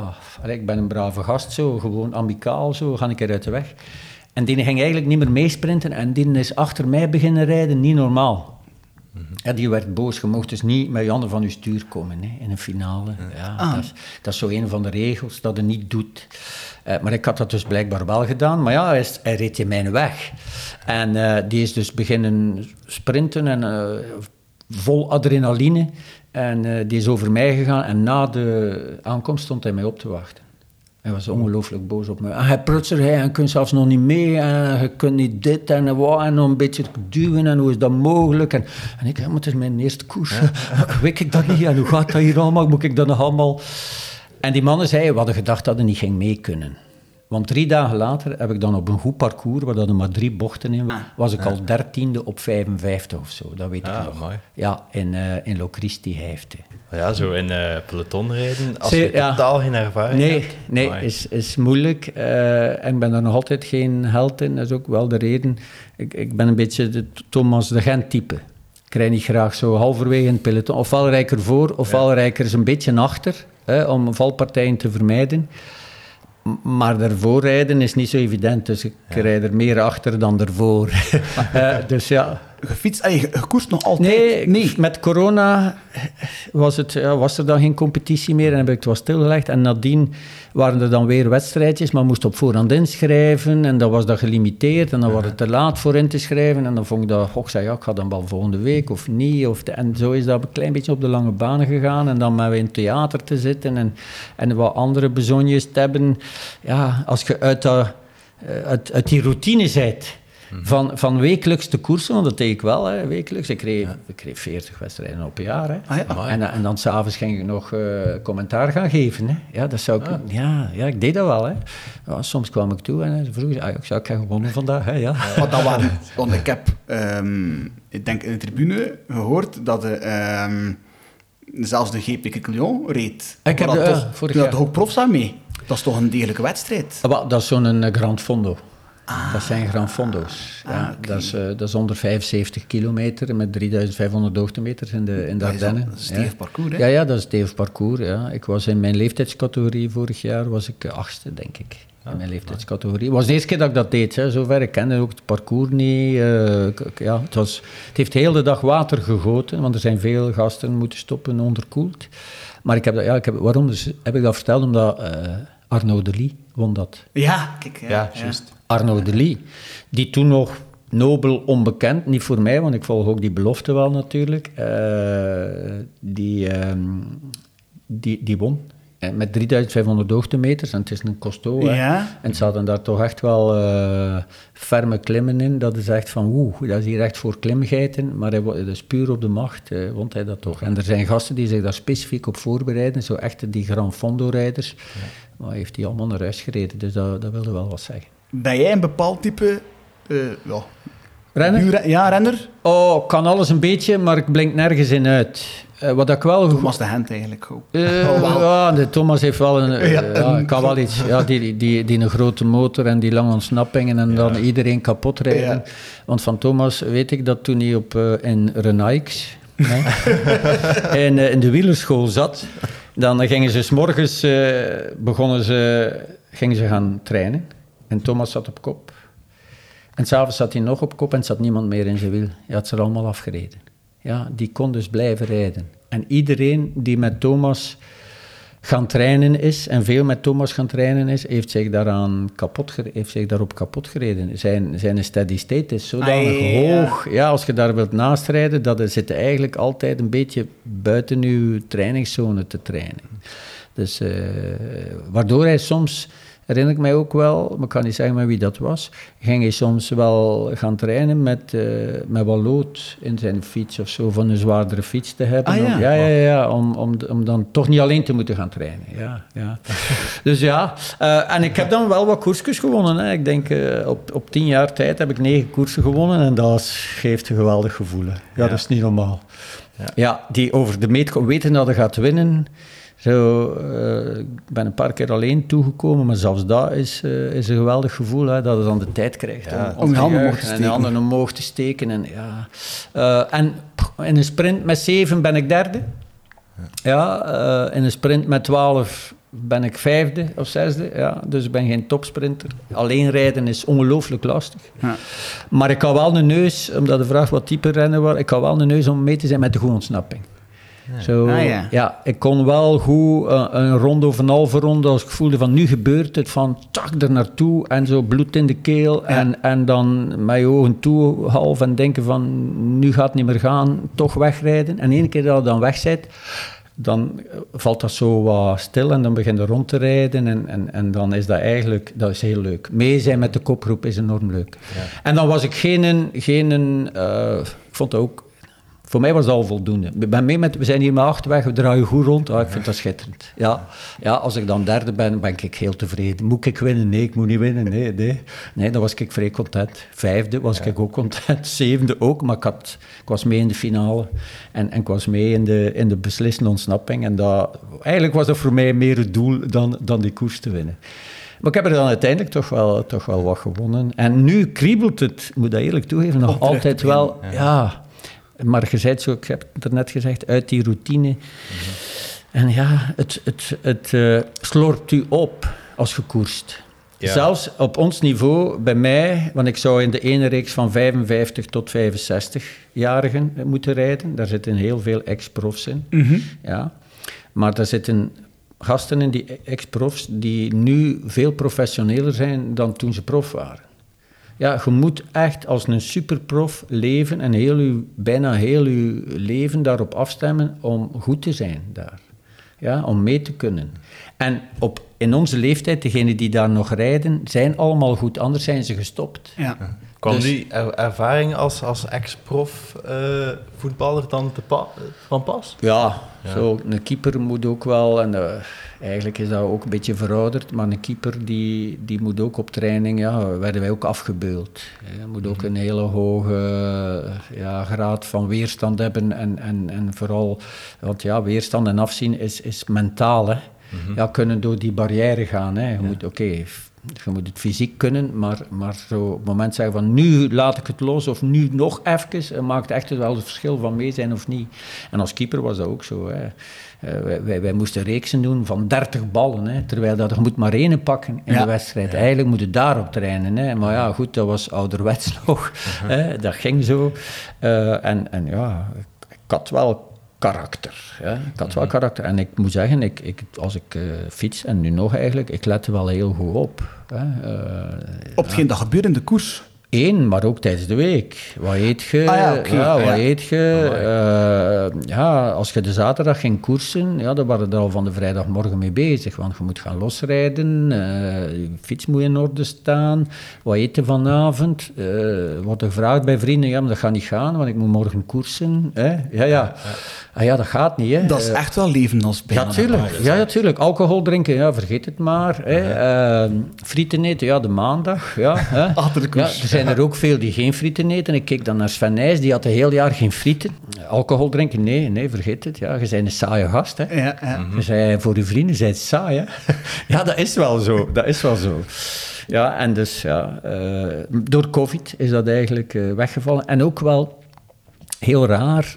ik ben een brave gast, zo, gewoon amicaal, zo, ga een keer uit de weg. En die ging eigenlijk niet meer meesprinten en die is achter mij beginnen rijden, niet normaal. Ja, die werd boos, je mocht dus niet met je handen van je stuur komen in een finale. Ja, dat is zo een van de regels, dat je niet doet. Maar ik had dat dus blijkbaar wel gedaan, maar hij reed in mijn weg. En die is dus beginnen sprinten en vol adrenaline. En die is over mij gegaan en na de aankomst stond hij mij op te wachten. Hij was ongelooflijk boos op me. Hij prutser, hij kunt zelfs nog niet mee, en je kunt niet dit en wat, en nog een beetje duwen, en hoe is dat mogelijk? En ik, maar het is mijn eerste koers, weet ik dat niet, en hoe gaat dat hier allemaal, moet ik dat nog allemaal... En die mannen zeiden, we hadden gedacht dat hij niet ging mee kunnen. Want 3 dagen later heb ik dan op een goed parcours, waar er maar 3 bochten in waren, was ik al 13e op 55 of zo, dat weet ik nog. Mooi. Ja, in Locristi heeft hij. Ja, zo in peloton rijden, als je totaal geen ervaring hebt. Nee, is moeilijk. En ik ben daar nog altijd geen held in. Dat is ook wel de reden. Ik ben een beetje de Thomas de Gent type. Ik rijd niet graag zo halverwege in het peloton. Ofwel rijker voor, ofwel rijker een beetje achter, om valpartijen te vermijden. Maar daarvoor rijden is niet zo evident, dus ik rijd er meer achter dan ervoor. Dus ja... Gefietst? Je koerst nog altijd? Nee, met corona was er dan geen competitie meer en heb ik het wat stilgelegd. En nadien waren er dan weer wedstrijdjes, maar moest op voorhand inschrijven en dan was dat gelimiteerd en dan was het te laat voor in te schrijven. En dan vond ik dat, ik ga dan wel volgende week of niet. En zo is dat een klein beetje op de lange baan gegaan en dan met in het theater te zitten en wat andere bezonjes te hebben. Ja, als je uit die routine bent... Van wekelijks te koersen, want dat deed ik wel, hè, wekelijks. Ik kreeg 40 wedstrijden op een jaar. Hè. En dan s'avonds ging ik nog commentaar gaan geven. Hè. Ja, dat zou ik, ik deed dat wel. Hè. Ja, soms kwam ik toe en vroeg ze, ik heb gewonnen vandaag. Hè, ja. Want dat waren, want ik heb, ik denk in de tribune gehoord dat zelfs de GP Quiquelon reed. Ik heb vorig jaar toch ook profs aan mee. Dat is toch een degelijke wedstrijd? Dat is zo'n Grand Fondo. Dat zijn Grand Fondo's. Ja, okay. Dat is onder 75 kilometer met 3500 hoogtemeters in de Ardennen. Dat is een stevig parcours, hè? Ja, dat is een stevig parcours. Ja. Ik was in mijn leeftijdscategorie vorig jaar, was ik 8e, denk ik. In mijn leeftijdscategorie. Het was de eerste keer dat ik dat deed, hè, zover. Ik kende ook het parcours niet. Het heeft de hele dag water gegoten, want er zijn veel gasten moeten stoppen onderkoeld. Maar waarom heb ik dat verteld? Omdat Arnaud Delis won dat. Ja, kijk. Ja, juist. Arnaud Delis, die toen nog nobel onbekend, niet voor mij, want ik volg ook die belofte wel natuurlijk, die won. Met 3500 hoogtemeters, en het is een costaud. Ja. En ze hadden daar toch echt wel ferme klimmen in. Dat is echt van, dat is hier echt voor klimgeiten. Maar dat is puur op de macht, won hij dat toch. En er zijn gasten die zich daar specifiek op voorbereiden, zo echt die Grand Fondo-rijders. Ja. Maar heeft hij allemaal naar huis gereden, dus dat wilde wel wat zeggen. Ben jij een bepaald type... renner? Renner? Oh, kan alles een beetje, maar ik blink nergens in uit. Wat ik wel... Thomas de Gent eigenlijk ook. Thomas heeft wel kan wel iets. Ja, die een grote motor en die lange ontsnappingen en dan iedereen kapot rijden. Ja. Want van Thomas weet ik dat toen hij in Renaix in de wielerschool zat, dan gingen ze 's morgens gingen ze gaan trainen. En Thomas zat op kop. En s'avonds zat hij nog op kop en zat niemand meer in zijn wiel. Hij had ze er allemaal afgereden. Ja, die kon dus blijven rijden. En iedereen die met Thomas gaan trainen is, en veel met Thomas gaan trainen is, heeft zich daarop kapot gereden. Zijn steady state is zodanig hoog. Ja, als je daar wilt naast rijden, dat zit eigenlijk altijd een beetje buiten je trainingszone te trainen. Dus waardoor hij soms... Herinner ik mij ook wel, maar ik kan niet zeggen met wie dat was, ging hij soms wel gaan trainen met wat lood in zijn fiets of zo, van een zwaardere fiets te hebben. Om dan toch niet alleen te moeten gaan trainen. Ja. Dus ja, en ik heb dan wel wat koersjes gewonnen. Hè. Ik denk, op 10 jaar tijd heb ik 9 koersen gewonnen en dat geeft een geweldig gevoel. Hè. Ja, dat is niet normaal. Ja, die over de meet weten dat je gaat winnen... ik ben een paar keer alleen toegekomen, maar zelfs dat is een geweldig gevoel, hè, dat je dan de tijd krijgt om je handen omhoog te steken. En in een sprint met 7 ben ik derde. Ja, in een sprint met 12 ben ik 5e of 6e. Ja, dus ik ben geen topsprinter. Alleen rijden is ongelooflijk lastig. Ja. Maar ik had wel een neus, omdat de vraag wat type rennen was, ik had wel een neus om mee te zijn met de goede ontsnapping. Ik kon wel goed een ronde of een halve ronde, als ik voelde van nu gebeurt het, van tak er naartoe en zo bloed in de keel en dan met je ogen toe half en denken van nu gaat het niet meer gaan, toch wegrijden. En één keer dat je dan weg bent, dan valt dat zo wat stil en dan begin je rond te rijden en dan is dat eigenlijk, dat is heel leuk. Mee zijn met de kopgroep is enorm leuk. Ja. En dan was ik ik vond dat ook... Voor mij was dat al voldoende. We zijn hier met 8 weg, we draaien goed rond. Ik vind dat schitterend. Ja, als ik dan derde ben ik heel tevreden. Moet ik winnen? Nee, ik moet niet winnen. Nee, dan was ik vrij content. 5e was ik ook content. 7e ook, maar ik was mee in de finale. En ik was mee in de beslissende ontsnapping. En eigenlijk was dat voor mij meer het doel dan die koers te winnen. Maar ik heb er dan uiteindelijk toch wel wat gewonnen. En nu kriebelt het, moet dat eerlijk toegeven, nog altijd wel... Ja. Maar je zei het zo, ik heb het er net gezegd, uit die routine. En ja, het slorpt u op. als je koerst. Ja. Zelfs op ons niveau, bij mij, want ik zou in de ene reeks van 55 tot 65-jarigen moeten rijden. Daar zitten heel veel ex-profs in. Ja. Maar daar zitten gasten in, die ex-profs, die nu veel professioneler zijn dan toen ze prof waren. Ja, je moet echt als een superprof leven en bijna heel je leven daarop afstemmen om goed te zijn daar. Ja, om mee te kunnen. En in onze leeftijd, degenen die daar nog rijden, zijn allemaal goed, anders zijn ze gestopt. Ja. Kwam Dus- die ervaring als ex-prof voetballer dan van pas? Ja, zo, een keeper moet ook wel, en eigenlijk is dat ook een beetje verouderd, maar een keeper die moet ook op training, werden wij ook afgebeuld. Je moet ook een hele hoge graad van weerstand hebben en vooral, want weerstand en afzien is mentaal, hè. Ja, kunnen door die barrière gaan, hè. Je moet, je moet het fysiek kunnen, maar zo op het moment zeggen van nu laat ik het los of nu nog even, maakt echt wel het verschil van mee zijn of niet. En als keeper was dat ook zo. Hè. Wij moesten reeksen doen van 30 ballen, hè, terwijl je moet maar één pakken in de wedstrijd. Eigenlijk moet je daarop trainen. Hè. Maar ja, goed, dat was ouderwets nog. Hè, dat ging zo. Ik had wel karakter. Ja. Ik had wel karakter. En ik moet zeggen, als ik fiets, en nu nog eigenlijk, ik let er wel heel goed op. Hè. Op hetgeen dat gebeurt in de koers. Eén, maar ook tijdens de week. Wat eet je? Oké. Eet je? Als je de zaterdag ging koersen, dan waren we er al van de vrijdagmorgen mee bezig. Want je moet gaan losrijden, je fiets moet in orde staan. Wat eet je vanavond? Wordt er gevraagd bij vrienden, maar dat gaat niet gaan, want ik moet morgen koersen. Hè? Ja, dat gaat niet. Hè? Dat is echt wel leven als bijna. Ja, tuurlijk. Alcohol drinken, vergeet het maar. Hè. Frieten eten, de maandag. Ja, hè. Achter de koers. Ja, er zijn er ook veel die geen frieten eten. Ik keek dan naar Sven Nys, die had een heel jaar geen frieten. Alcohol drinken, nee, vergeet het. Ja, je bent een saaie gast. Hè. Je zei voor je vrienden, je bent saai. Hè. Ja, dat is wel zo. Ja, en dus, door COVID is dat eigenlijk weggevallen. En ook wel heel raar.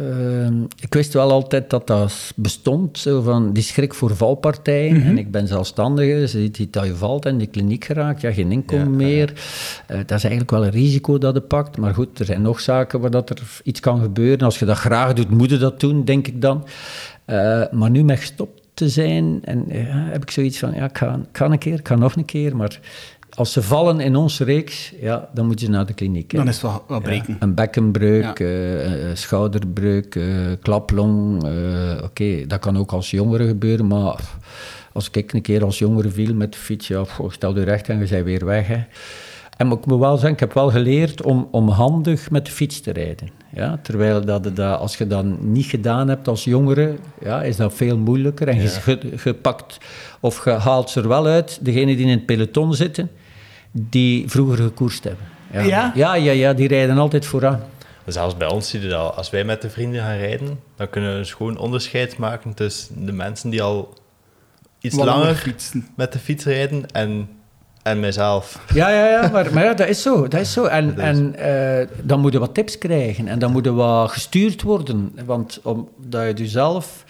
Ik wist wel altijd dat dat bestond, zo van die schrik voor valpartijen. En ik ben zelfstandige, je ziet dat je valt en in de kliniek geraakt, geen inkomen meer. Dat is eigenlijk wel een risico dat je pakt. Maar goed, er zijn nog zaken waar dat er iets kan gebeuren. Als je dat graag doet, moet je dat doen, denk ik dan. Maar nu met gestopt te zijn, en heb ik zoiets van, ik ga nog een keer, maar als ze vallen in onze reeks, dan moeten ze naar de kliniek. Hè. Dan is het wat breken. Een bekkenbreuk, schouderbreuk, klaplong. Dat kan ook als jongere gebeuren, maar als ik een keer als jongere viel met de fiets, stel je recht en je bent weer weg. Hè. En ik moet wel zeggen, ik heb wel geleerd om handig met de fiets te rijden. Ja, terwijl als je dat niet gedaan hebt als jongere, is dat veel moeilijker. En je pakt, of je haalt ze er wel uit, degenen die in het peloton zitten, die vroeger gekoerst hebben. Ja, die rijden altijd vooraan. Zelfs bij ons zie je dat, als wij met de vrienden gaan rijden, dan kunnen we dus gewoon onderscheid maken tussen de mensen die al iets langer met de fiets rijden en mijzelf. Ja, maar dat is zo. En dan moet je wat tips krijgen en dan moet je wat gestuurd worden. Want omdat je jezelf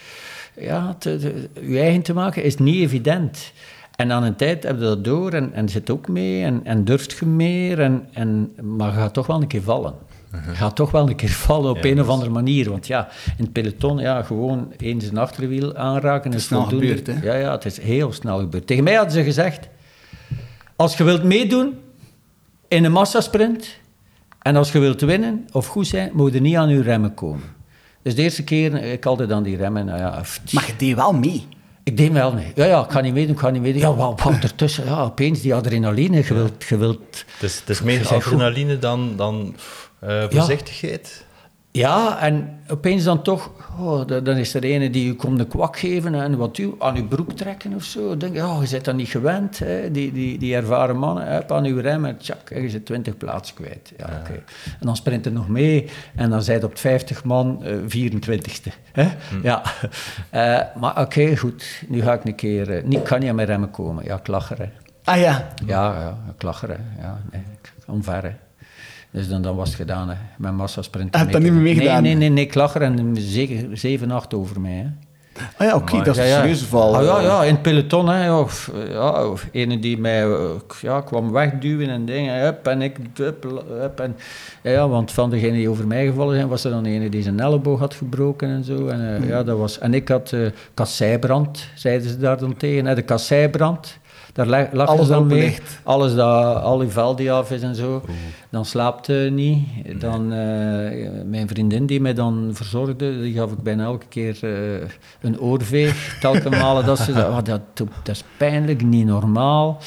je eigen te maken is niet evident. En aan een tijd heb je dat door en zit ook mee en durft je meer. Maar je gaat toch wel een keer vallen. Je gaat toch wel een keer vallen op een of andere manier. Want in het peloton, gewoon eens een achterwiel aanraken is snel voldoende. gebeurd, hè? Ja, het is heel snel gebeurd. Tegen mij hadden ze gezegd, als je wilt meedoen in een massasprint en als je wilt winnen of goed zijn, moet je niet aan je remmen komen. Dus de eerste keer, ik altijd aan die remmen. Maar je deed wel mee. Ik deed wel mee. Ja, ik ga niet meedoen. Ja, wat ertussen? Ja, opeens die adrenaline. Je wilt Het is meer adrenaline dan voorzichtigheid? Ja, en opeens dan toch, dan is er ene die je komt een kwak geven en wat aan je broek trekken of zo. Denk, je bent dat niet gewend, hè? Die ervaren mannen, aan je rem en tjak, je zit 20 plaatsen kwijt. Ja, okay. En dan sprint er nog mee en dan zijn het op 50 man 24ste. Hè? Ja. Maar oké, goed, nu ga ik een keer, ik kan niet aan mijn remmen komen. Ja, klaggeren. Ah ja? Ja, klaggeren. Ja, nee, omver, hè. Dus dan was het gedaan, hè. Mijn massasprint. Heb je dat niet meer meegedaan? Nee, ik lag er en zeker 7-8 over mij. Hè. Ah ja, oké, dat is een serieuze val. Ja, in het peloton. Hè, of ene die mij kwam wegduwen en dingen. Hup, en ik... Hup, en, want van degenen die over mij gevallen zijn, was er dan ene die zijn elleboog had gebroken en zo. En, dat was, en ik had kasseibrand, zeiden ze daar dan tegen. Hè, de kasseibrand. Daar lag alles dan mee. licht. Alles dat al je vel die af is en zo. Dan slaapt je niet. Dan, mijn vriendin die mij dan verzorgde, die gaf ik bijna elke keer een oorveeg. Telkens malen dat ze dat is pijnlijk, niet normaal.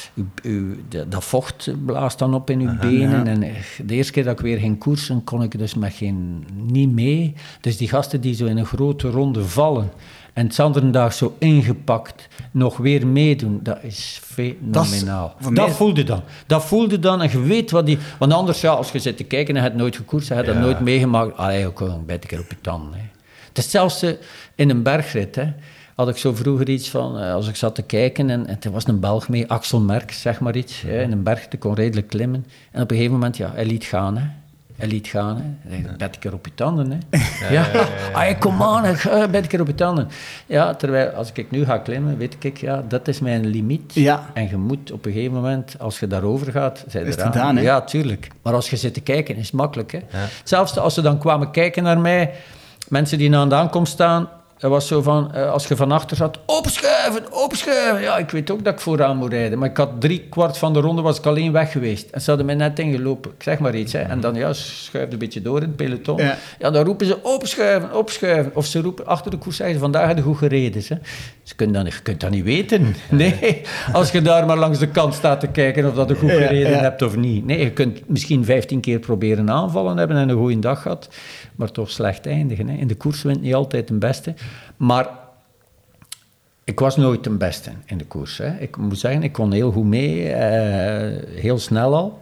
Dat vocht blaast dan op in uw benen. Ja. En de eerste keer dat ik weer ging koersen, kon ik dus niet mee. Dus die gasten die zo in een grote ronde vallen en het andere dag zo ingepakt nog weer meedoen, dat is fenomenaal. Dat voelde dan en je weet wat die... Want anders, als je zit te kijken en je hebt nooit gekoerst, je hebt dat nooit meegemaakt, ook een beetje op je tanden. Hè. Het is zelfs in een bergrit, hè, had ik zo vroeger iets van, als ik zat te kijken en er was een Belg mee, Axel Merckx, zeg maar iets, in een berg, die kon redelijk klimmen. En op een gegeven moment, hij liet gaan, hè. Hij liet gaan, hè. Een beetje op je tanden, hè. Kom aan, een beetje op je tanden. Ja, terwijl, als ik nu ga klimmen, weet ik, dat is mijn limiet. Ja. En je moet op een gegeven moment, als je daarover gaat, zijn is het gedaan, hè? Ja, tuurlijk. Maar als je zit te kijken, is het makkelijk, hè. Ja. Zelfs als ze dan kwamen kijken naar mij, mensen die aan de aankomst staan, het was zo van, als je van achter zat, opschuiven. Ja, ik weet ook dat ik vooraan moet rijden. Maar ik had 3/4 van de ronde was ik alleen weg geweest. En ze hadden mij net ingelopen. Ik zeg maar iets, hè. En dan, schuift een beetje door in het peloton. Ja, dan roepen ze, opschuiven. Of ze roepen, achter de koers zeggen ze, vandaag heb je goed gereden. Hè. Je kunt dat niet weten. Nee, als je daar maar langs de kant staat te kijken of dat je goed gereden hebt of niet. Nee, je kunt misschien 15 keer proberen aanvallen hebben en een goede dag gehad. Maar toch slecht eindigen. Hè. In de koers wint niet altijd de beste. Maar ik was nooit de beste in de koers. Hè. Ik moet zeggen, ik kon heel goed mee. Heel snel al.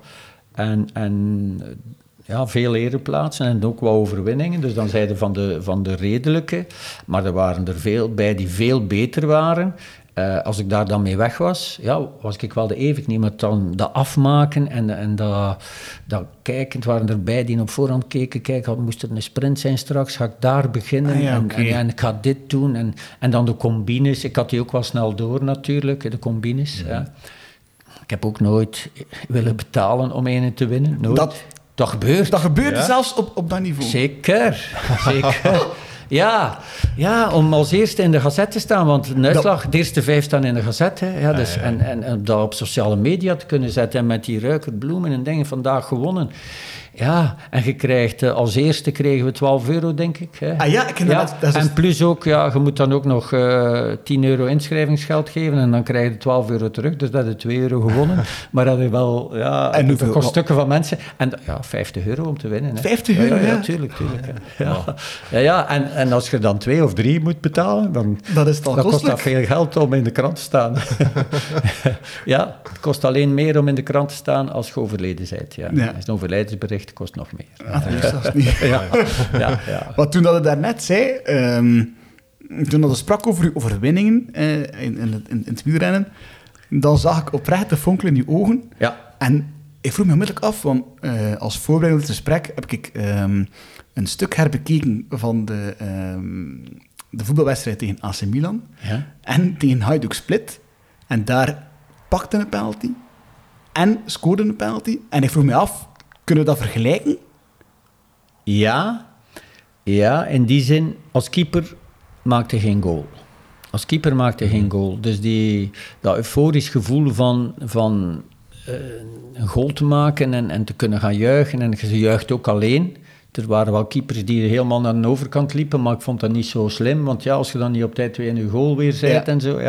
En veel ereplaatsen en ook wat overwinningen. Dus dan zeiden van de redelijke. Maar er waren er veel bij die veel beter waren. Als ik daar dan mee weg was, was ik wel de eeuwig niet. Maar dan dat afmaken en dat kijken. Het waren erbij die op voorhand keken. Moest er een sprint zijn straks? Ga ik daar beginnen? En ik ga dit doen. En dan de combines. Ik had die ook wel snel door natuurlijk, de combines. Ja. Ik heb ook nooit willen betalen om een te winnen. Nooit. Dat gebeurt. Dat gebeurt zelfs op dat niveau. Zeker. Ja, om als eerste in de Gazette te staan, want de uitslag, de eerste 5 staan in de Gazette. Hè, dus, en dat op sociale media te kunnen zetten en met die ruikerbloemen en dingen, vandaag gewonnen. Ja, en je krijgt, als eerste kregen we €12, denk ik. Hè. Dat is en plus ook, je moet dan ook nog €10 inschrijvingsgeld geven en dan krijg je €12 terug, dus dat is €2 gewonnen. Maar dat is wel, en dat kost stukken van mensen. En €50 om te winnen. Hè. €50? Ja, tuurlijk. Ja, en als je dan 2 of 3 moet betalen, dan kost dat veel geld om in de krant te staan. Ja, het kost alleen meer om in de krant te staan als je overleden bent. Ja. Als een overlijdensbericht kost nog meer. Dat is zelfs niet. Ja. Maar toen dat je daarnet zei, toen dat je sprak over je overwinningen in het wielrennen, dan zag ik oprecht de fonkel in je ogen. Ja. En ik vroeg me onmiddellijk af, want als voorbereiding op het gesprek heb ik een stuk herbekeken van de voetbalwedstrijd tegen AC Milan en tegen Hajduk Split. En daar pakte een penalty en scoorde een penalty. En ik vroeg me af, kunnen we dat vergelijken? Ja, in die zin, als keeper maakte geen goal. Geen goal. Dus dat euforisch gevoel van een goal te maken en te kunnen gaan juichen. En je juicht ook alleen. Er waren wel keepers die helemaal naar de overkant liepen, maar ik vond dat niet zo slim. Want als je dan niet op tijd weer in je goal weer bent en zo,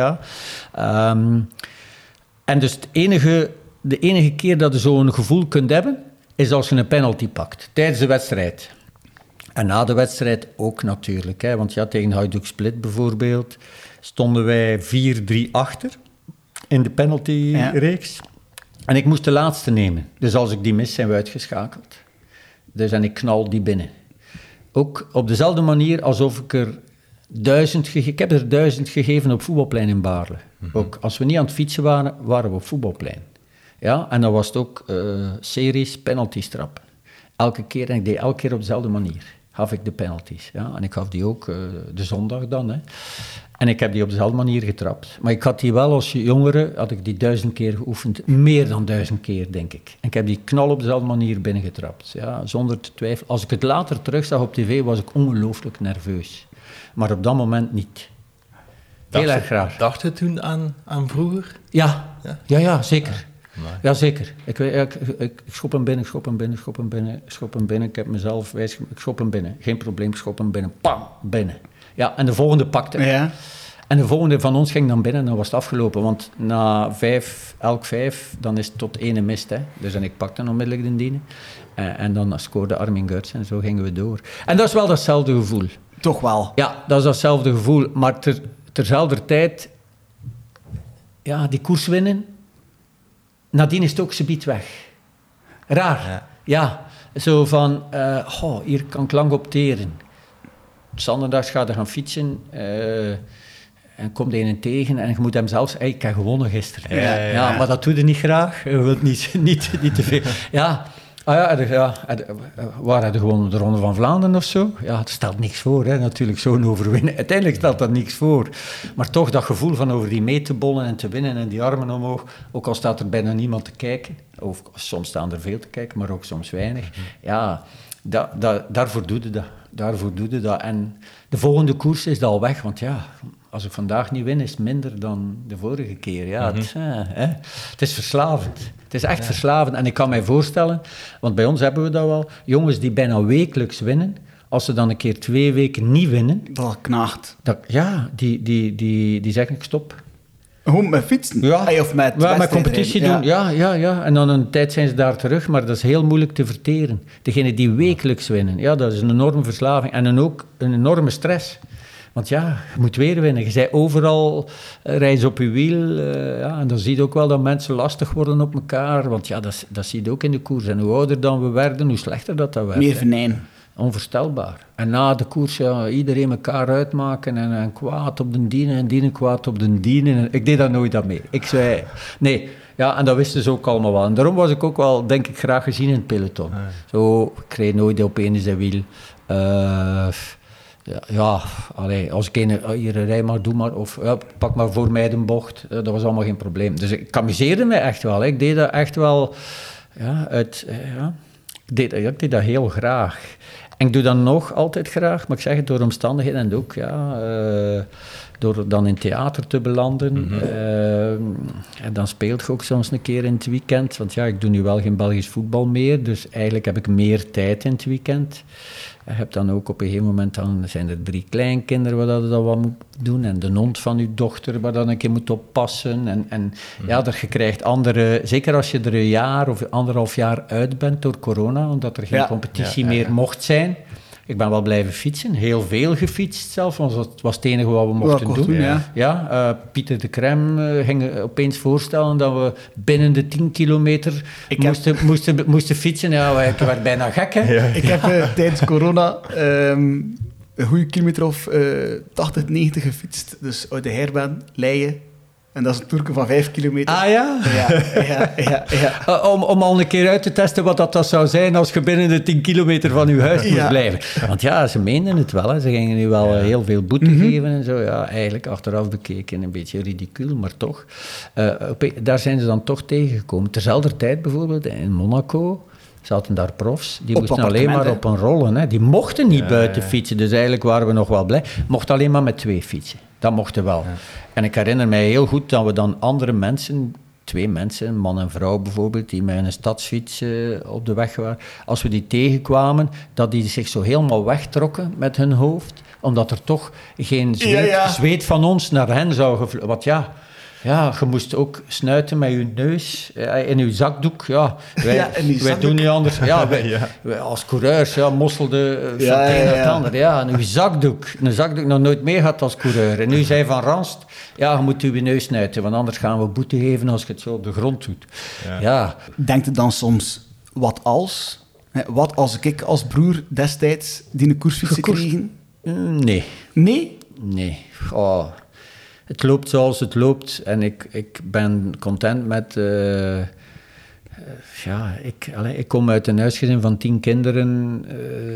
en dus de enige keer dat je zo'n gevoel kunt hebben, is als je een penalty pakt, tijdens de wedstrijd. En na de wedstrijd ook natuurlijk, hè, want tegen Hajduk Split bijvoorbeeld stonden wij 4-3 achter in de penaltyreeks. En ik moest de laatste nemen. Dus als ik die mis, zijn we uitgeschakeld. Dus en ik knal die binnen. Ook op dezelfde manier alsof ik er 1000 gegeven... Ik heb er 1000 gegeven op voetbalplein in Baarle. Ook als we niet aan het fietsen waren, waren we op voetbalplein. Ja, en dan was het ook series penaltystrappen. Elke keer, en ik deed elke keer op dezelfde manier. gaf ik de penalties. Ja? En ik gaf die ook de zondag dan. Hè. En ik heb die op dezelfde manier getrapt. Maar ik had die wel als jongere, had ik die 1000 keer geoefend. Meer dan 1000 keer, denk ik. En ik heb die knal op dezelfde manier binnengetrapt. Ja, zonder te twijfelen. Als ik het later terugzag op tv, was ik ongelooflijk nerveus. Maar op dat moment niet. Heel erg graag. Dacht je toen aan vroeger? Ja, zeker. Maar- Ja, zeker. Ik schop hem binnen, schop hem binnen, schop hem binnen, schop hem binnen. Ik heb mezelf wijsgemaakt, ik schop hem binnen. Geen probleem, ik schop hem binnen. Pam, binnen. Ja, en de volgende pakte. Ja. En de volgende van ons ging dan binnen en dan was het afgelopen. Want na elk 5, dan is het tot 1 mist. Hè. Dus en ik pakte onmiddellijk de dienen. En dan scoorde Armin Geurts en zo gingen we door. En dat is wel datzelfde gevoel. Toch wel. Ja, dat is datzelfde gevoel. Maar terzelfde tijd, ja, die koers winnen, nadien is het ook subiet weg. Raar. Ja, zo van, hier kan ik lang op teren. Zondag ga je gaan fietsen en komt een tegen en je moet hem zelfs... Hey, ik heb gewonnen gisteren. Ja, maar dat doe je niet graag. Je wilt niet te veel. Ja, waar had je gewonnen? De Ronde van Vlaanderen of zo? Ja, het stelt niks voor, hè, natuurlijk, zo'n overwinning. Uiteindelijk stelt dat niks voor. Maar toch dat gevoel van over die mee te bollen en te winnen en die armen omhoog, ook al staat er bijna niemand te kijken, of soms staan er veel te kijken, maar ook soms weinig. Ja, daarvoor doe je dat. Daarvoor doe je dat. En de volgende koers is dat al weg, want ja, als ik vandaag niet win, is het minder dan de vorige keer. Ja, het is verslavend. Het is echt verslavend. En ik kan mij voorstellen, want bij ons hebben we dat wel, jongens die bijna wekelijks winnen, als ze dan een keer 2 weken niet winnen, Dat knaagt. die zeggen ik stop. Gewoon met fietsen? Ja, Of met met competitie wedstrijdrijden. doen. Ja. En dan een tijd zijn ze daar terug, maar dat is heel moeilijk te verteren. Degene die wekelijks winnen, ja, dat is een enorme verslaving en dan ook een enorme stress. Want ja, je moet weer winnen. Je zei overal reis op je wiel. En dan zie je ook wel dat mensen lastig worden op elkaar. Want ja, dat zie je ook in de koers. En hoe ouder dan we werden, hoe slechter dat werd. Meer venijn. Onvoorstelbaar. En na de koers, ja, iedereen elkaar uitmaken en kwaad op de dienen en dienen kwaad op de dienen. Ik deed daar nooit aan mee. Ik zei, nee. Ja, en dat wisten ze ook allemaal wel. En daarom was ik ook wel, denk ik, graag gezien in het peloton. Zo, ik reed nooit op één zijn wiel. Als ik hier rij maar, doe maar. Of pak maar voor mij de bocht. Dat was allemaal geen probleem. Dus ik amuseerde me echt wel. Hè. Ik deed dat echt wel... Ik deed dat heel graag. En ik doe dat nog altijd graag, maar ik zeg het door omstandigheden en ook door dan in theater te belanden. En dan speelt je ook soms een keer in het weekend, want ja, ik doe nu wel geen Belgisch voetbal meer, dus eigenlijk heb ik meer tijd in het weekend. Je hebt dan ook op een gegeven moment, dan zijn er 3 kleinkinderen waar dat wat moet doen en de hond van je dochter waar dan een keer moet oppassen. Ja, je krijgt andere, zeker als je er een jaar of 1,5 jaar uit bent door corona, omdat er geen competitie meer mocht zijn. Ik ben wel blijven fietsen, heel veel gefietst zelf, want dat was het enige wat we mochten doen. Pieter de Krem ging opeens voorstellen dat we binnen de 10 kilometer moesten fietsen. Ja, ik werd bijna gek, hè. Ik heb tijdens corona een goede kilometer of 80, 90 gefietst. Dus uit de Herbaan, Leien. En dat is een toerke van 5 kilometer. Ah ja? Ja. Om al een keer uit te testen wat dat zou zijn als je binnen de 10 kilometer van je huis moest blijven. Want ja, ze meenden het wel. Hè. Ze gingen nu wel heel veel boete geven en zo. Ja, eigenlijk achteraf bekeken een beetje ridicuul, maar toch. Daar zijn ze dan toch tegengekomen. Terzelfde tijd bijvoorbeeld in Monaco zaten daar profs. Die moesten alleen maar op een rollen. Hè. Die mochten niet buiten fietsen, dus eigenlijk waren we nog wel blij. Mochten alleen maar met 2 fietsen. Dat mochten wel. Ja. En ik herinner mij heel goed dat we dan andere mensen, 2 mensen, een man en vrouw bijvoorbeeld, die met een stadsfiets op de weg waren, als we die tegenkwamen, dat die zich zo helemaal wegtrokken met hun hoofd, omdat er toch geen zweet van ons naar hen zou gevloeien. Want ja, je moest ook snuiten met je neus in je zakdoek. Ja, wij doen niet anders. Ja, wij als coureurs mosselden van het een naar het ander. Ja, en uw zakdoek. Een zakdoek nog nooit meer gehad als coureur. En nu zei Van Ranst, je moet je neus snuiten, want anders gaan we boete geven als je het zo op de grond doet. Ja. Denkt u dan soms, wat als ik als broer destijds die een koersfiets gekregen? Nee. Nee? Nee. Oh. Het loopt zoals het loopt en ik ben content met Ik kom uit een huisgezin van 10 kinderen.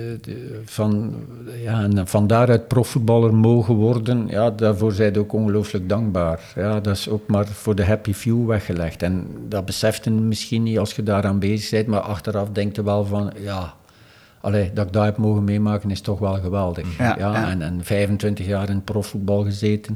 En van daaruit profvoetballer mogen worden. Ja, daarvoor zijn ze ook ongelooflijk dankbaar. Ja, dat is ook maar voor de happy few weggelegd. En dat beseft je misschien niet als je daaraan bezig bent. Maar achteraf denk je wel van... Ja, dat ik dat heb mogen meemaken is toch wel geweldig. En 25 jaar in profvoetbal gezeten...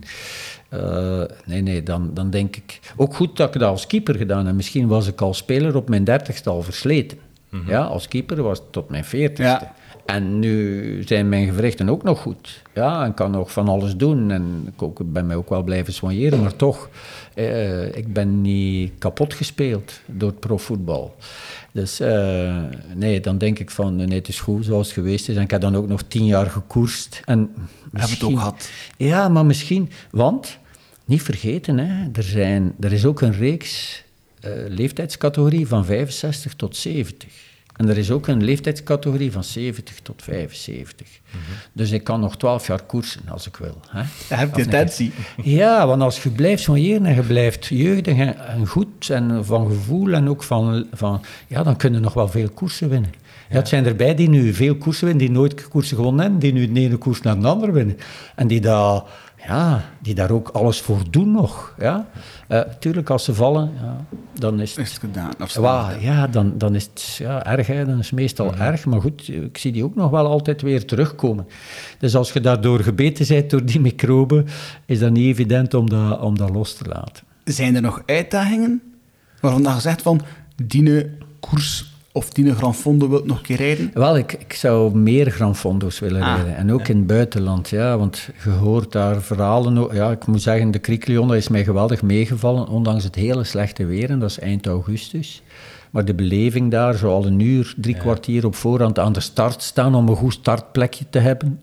Dan denk ik... Ook goed dat ik dat als keeper gedaan heb. Misschien was ik als speler op mijn 30ste al versleten. Mm-hmm. Ja, als keeper was het tot mijn 40ste. Ja. En nu zijn mijn gewrichten ook nog goed. Ja, en kan nog van alles doen. En ik ben mij ook wel blijven soigneren, maar toch... ik ben niet kapot gespeeld door het profvoetbal. Dus dan denk ik van, nee, het is goed zoals het geweest is. En ik heb dan ook nog 10 jaar gekoerst. En we hebben het ook gehad. Ja, maar misschien... Want, niet vergeten, hè, er is ook een reeks leeftijdscategorie van 65 tot 70. En er is ook een leeftijdscategorie van 70 tot 75. Mm-hmm. Dus ik kan nog 12 jaar koersen als ik wil. Hè? Je hebt die intentie. Ja, want als je blijft soigneren en je blijft jeugdig en goed en van gevoel en ook van dan kun je nog wel veel koersen winnen. Ja, het zijn erbij die nu veel koersen winnen, die nooit koersen gewonnen hebben, die nu de ene koers naar de andere winnen. En die daar ook alles voor doen nog. Ja? Tuurlijk, als ze vallen, dan is het gedaan. Dan is het erg, hè? Dan is het meestal erg. Maar goed, ik zie die ook nog wel altijd weer terugkomen. Dus als je daardoor gebeten bent door die microben, is dat niet evident om dat los te laten. Zijn er nog uitdagingen waarvan je zegt van, die koers of die Gran Fondo wilt nog een keer rijden? Wel, ik zou meer Gran Fondo's willen rijden. En ook in het buitenland, want je hoort daar verhalen. Ja, ik moet zeggen, de Cricklion, dat is mij geweldig meegevallen, ondanks het hele slechte weer. En dat is eind augustus. Maar de beleving daar, zo al een uur, 3 kwartier op voorhand aan de start staan om een goed startplekje te hebben.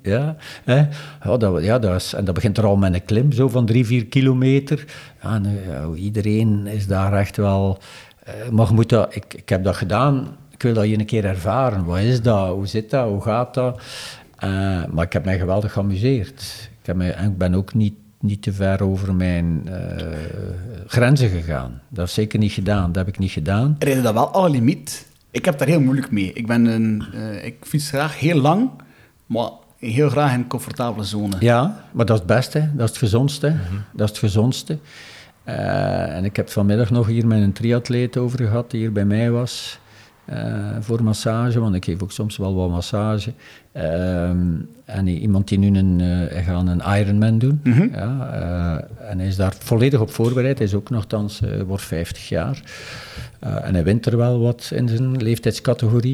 Dat begint er al met een klim, zo van 3-4 kilometer. Iedereen is daar echt wel... Maar je moet ik heb dat gedaan, ik wil dat je een keer ervaren. Wat is dat? Hoe zit dat? Hoe gaat dat? Maar ik heb mij geweldig geamuseerd. Ik ben ook niet te ver over mijn grenzen gegaan. Dat is zeker niet gedaan. Dat heb ik niet gedaan. Rijd je dat wel alle limiet? Ik heb daar heel moeilijk mee. Ik fiets graag heel lang, maar heel graag in een comfortabele zone. Ja, maar dat is het beste. Dat is het gezondste. Mm-hmm. Dat is het gezondste. En ik heb vanmiddag nog hier met een triatleet over gehad, die hier bij mij was, voor massage, want ik geef ook soms wel wat massage. En iemand die nu gaat een Ironman doen. Mm-hmm. En hij is daar volledig op voorbereid. Hij is ook nogthans, wordt 50 jaar. En hij wint er wel wat in zijn leeftijdscategorie.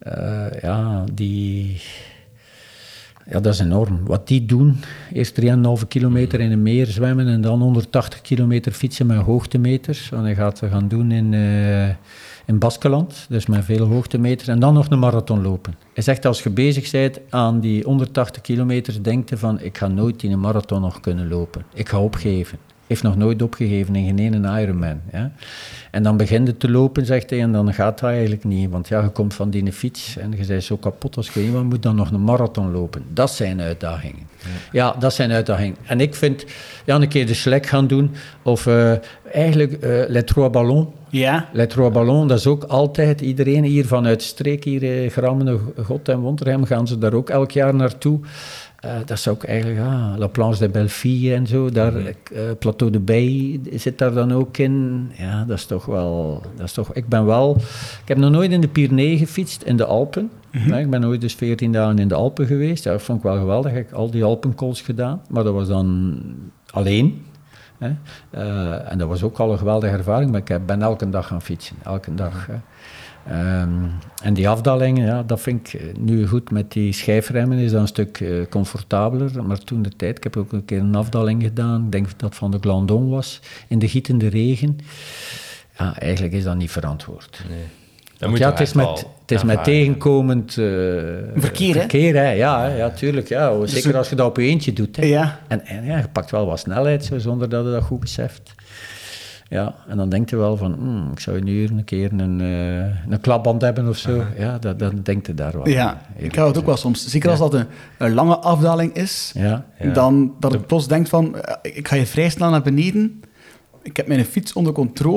Ja, dat is enorm. Wat die doen, eerst 3,5 kilometer in een meer zwemmen en dan 180 kilometer fietsen met hoogtemeters. Want hij gaat we gaan doen in Baskeland, dus met veel hoogtemeters. En dan nog een marathon lopen. Hij zegt, als je bezig bent aan die 180 kilometers, denk je van, ik ga nooit in een marathon nog kunnen lopen. Ik ga opgeven. Heeft nog nooit opgegeven in geen ene Ironman. Ja? En dan begint het te lopen, zegt hij, en dan gaat dat eigenlijk niet. Want je komt van die fiets en je bent zo kapot als je iemand moet dan nog een marathon lopen. Dat zijn uitdagingen. Ja, dat zijn uitdagingen. En ik vind, een keer de Schlek gaan doen, of eigenlijk Les Trois Ballons. Ja. Les Trois Ballons, dat is ook altijd, iedereen hier vanuit de streek, hier Grammenen, God en Wonterhem, gaan ze daar ook elk jaar naartoe. Dat is ook eigenlijk, La Planche de Belleville en zo, daar, Plateau de Bay zit daar dan ook in. Ja, dat is toch wel, ik heb nog nooit in de Pyreneeën gefietst, in de Alpen. Mm-hmm. Ik ben ooit dus 14 dagen in de Alpen geweest, dat vond ik wel geweldig, ik heb al die Alpenkools gedaan, maar dat was dan alleen. En dat was ook al een geweldige ervaring, maar ik ben elke dag gaan fietsen, elke dag. En die afdalingen, dat vind ik nu goed met die schijfremmen, is dat een stuk comfortabeler. Maar toen de tijd, ik heb ook een keer een afdaling gedaan, ik denk dat dat van de Glandon was, in de gietende regen. Ja, eigenlijk is dat niet verantwoord. Nee. Het is met tegenkomend verkeer, hè? Ja, tuurlijk. Ja. Zeker als je dat op je eentje doet. Hè. Ja. En je pakt wel wat snelheid, zonder dat je dat goed beseft. Ja, en dan denk je wel van, ik zou nu een keer een klapband hebben of zo. Ja, dan denkt je daar wel. Ja, ik hou het ook wel soms. Zeker als dat een lange afdaling is, dan dat ik plots denk van, ik ga je vrij snel naar beneden. Ik heb mijn fiets onder controle,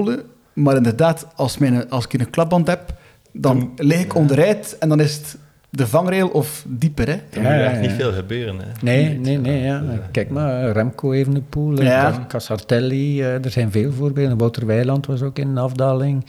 Maar inderdaad, als ik een klapband heb, dan lig ik onderuit en dan is het de vangrail of dieper. Hè. Er moet echt niet veel gebeuren. Hè. Nee. Ja. Kijk maar, Remco Evenepoel, Casartelli, er zijn veel voorbeelden. Wouter Weiland was ook in een afdaling.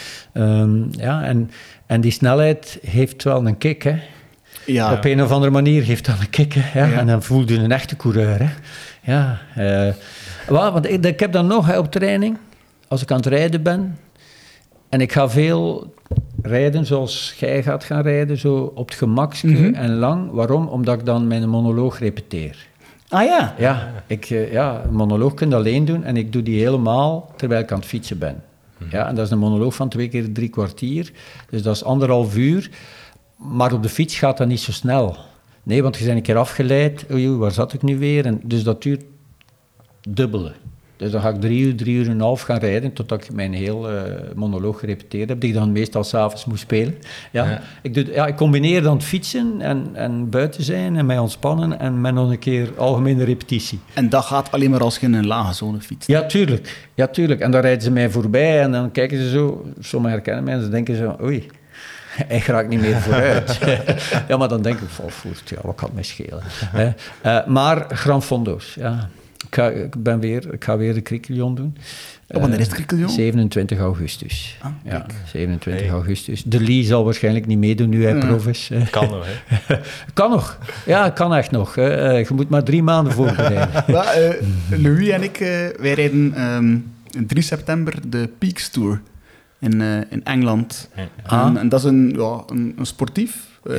En die snelheid heeft wel een kick, hè. Ja. Op een of andere manier heeft dat een kick, hè. Ja. En dan voel je een echte coureur, hè. Ja, want ik heb dan nog op training, als ik aan het rijden ben, en ik ga veel rijden zoals jij gaat gaan rijden, zo op het gemakske en lang. Waarom? Omdat ik dan mijn monoloog repeteer. Ah ja? Ja, een monoloog kun je alleen doen en ik doe die helemaal terwijl ik aan het fietsen ben. Ja, en dat is een monoloog van 2 keer 3 kwartier, dus dat is 1,5 uur. Maar op de fiets gaat dat niet zo snel. Nee, want je bent een keer afgeleid. Oei, waar zat ik nu weer? En dus dat duurt dubbele. Dus dan ga ik 3 uur en een half gaan rijden, totdat ik mijn hele monoloog gerepeteerd heb, die ik dan meestal 's avonds moet spelen. Ja. Ik combineer dan het fietsen en buiten zijn en mij ontspannen en met nog een keer algemene repetitie. En dat gaat alleen maar als je in een lage zone fietst? Ja, tuurlijk. En dan rijden ze mij voorbij en dan kijken ze zo, sommigen herkennen mij en ze denken zo, oei, hij raakt niet meer vooruit. Ja, maar dan denk ik, wat kan het mij schelen? Maar Gran Fondo's, ja. Ik ga weer de Crickelion doen. Wanneer is het Crickelion? 27 augustus. Ja, 27 augustus. De Lee zal waarschijnlijk niet meedoen nu hij prof is. Kan nog, hè? Kan nog. Ja, kan echt nog. Je moet maar 3 maanden voorbereiden. Louis en ik, wij rijden 3 september de Peaks Tour in Engeland. En dat is een sportief,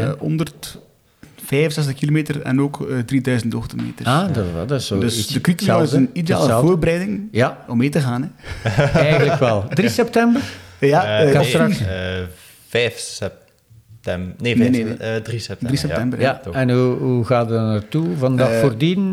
165 kilometer en ook 3000 hoogtemeters. Dat is zo. Dus de Crickelion is een ideale voorbereiding om mee te gaan. Hè. Eigenlijk wel. 3 september? Ja, 5 september. Nee, 3 september. 3 september, ja. En hoe gaat het er naartoe? Vandaag voordien?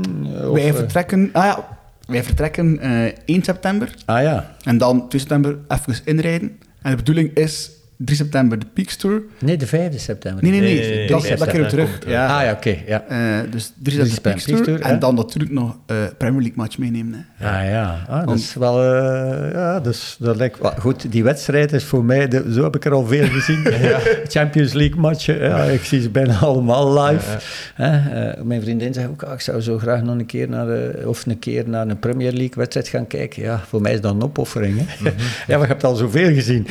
Wij vertrekken 1 september. En dan 2 september even inrijden. En de bedoeling is 3 september de Peaks Tour. Nee, de 5 september. Nee. Dat keer we terug. Oké. Dus 3 september Peaks Tour. En dan natuurlijk nog Premier League match meenemen. Hè. Dat is wel... dat lijkt... Goed, die wedstrijd is voor mij... Zo heb ik er al veel gezien. Champions League matchen. Ik zie ze bijna allemaal live. Mijn vriendin zegt ook... ik zou zo graag nog een keer naar een Premier League wedstrijd gaan kijken. Ja, voor mij is dat een opoffering. Hè. Ja, maar je hebt al zoveel gezien.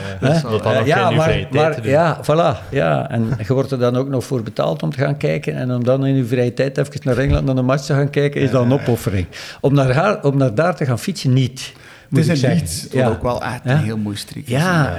Voilà. Ja. En je wordt er dan ook nog voor betaald om te gaan kijken. En om dan in je vrije tijd even naar Engeland naar een match te gaan kijken, is dat een opoffering. Om naar daar te gaan fietsen, niet. Het is een Leeds, wat ook wel echt een heel mooi streek is. Ja,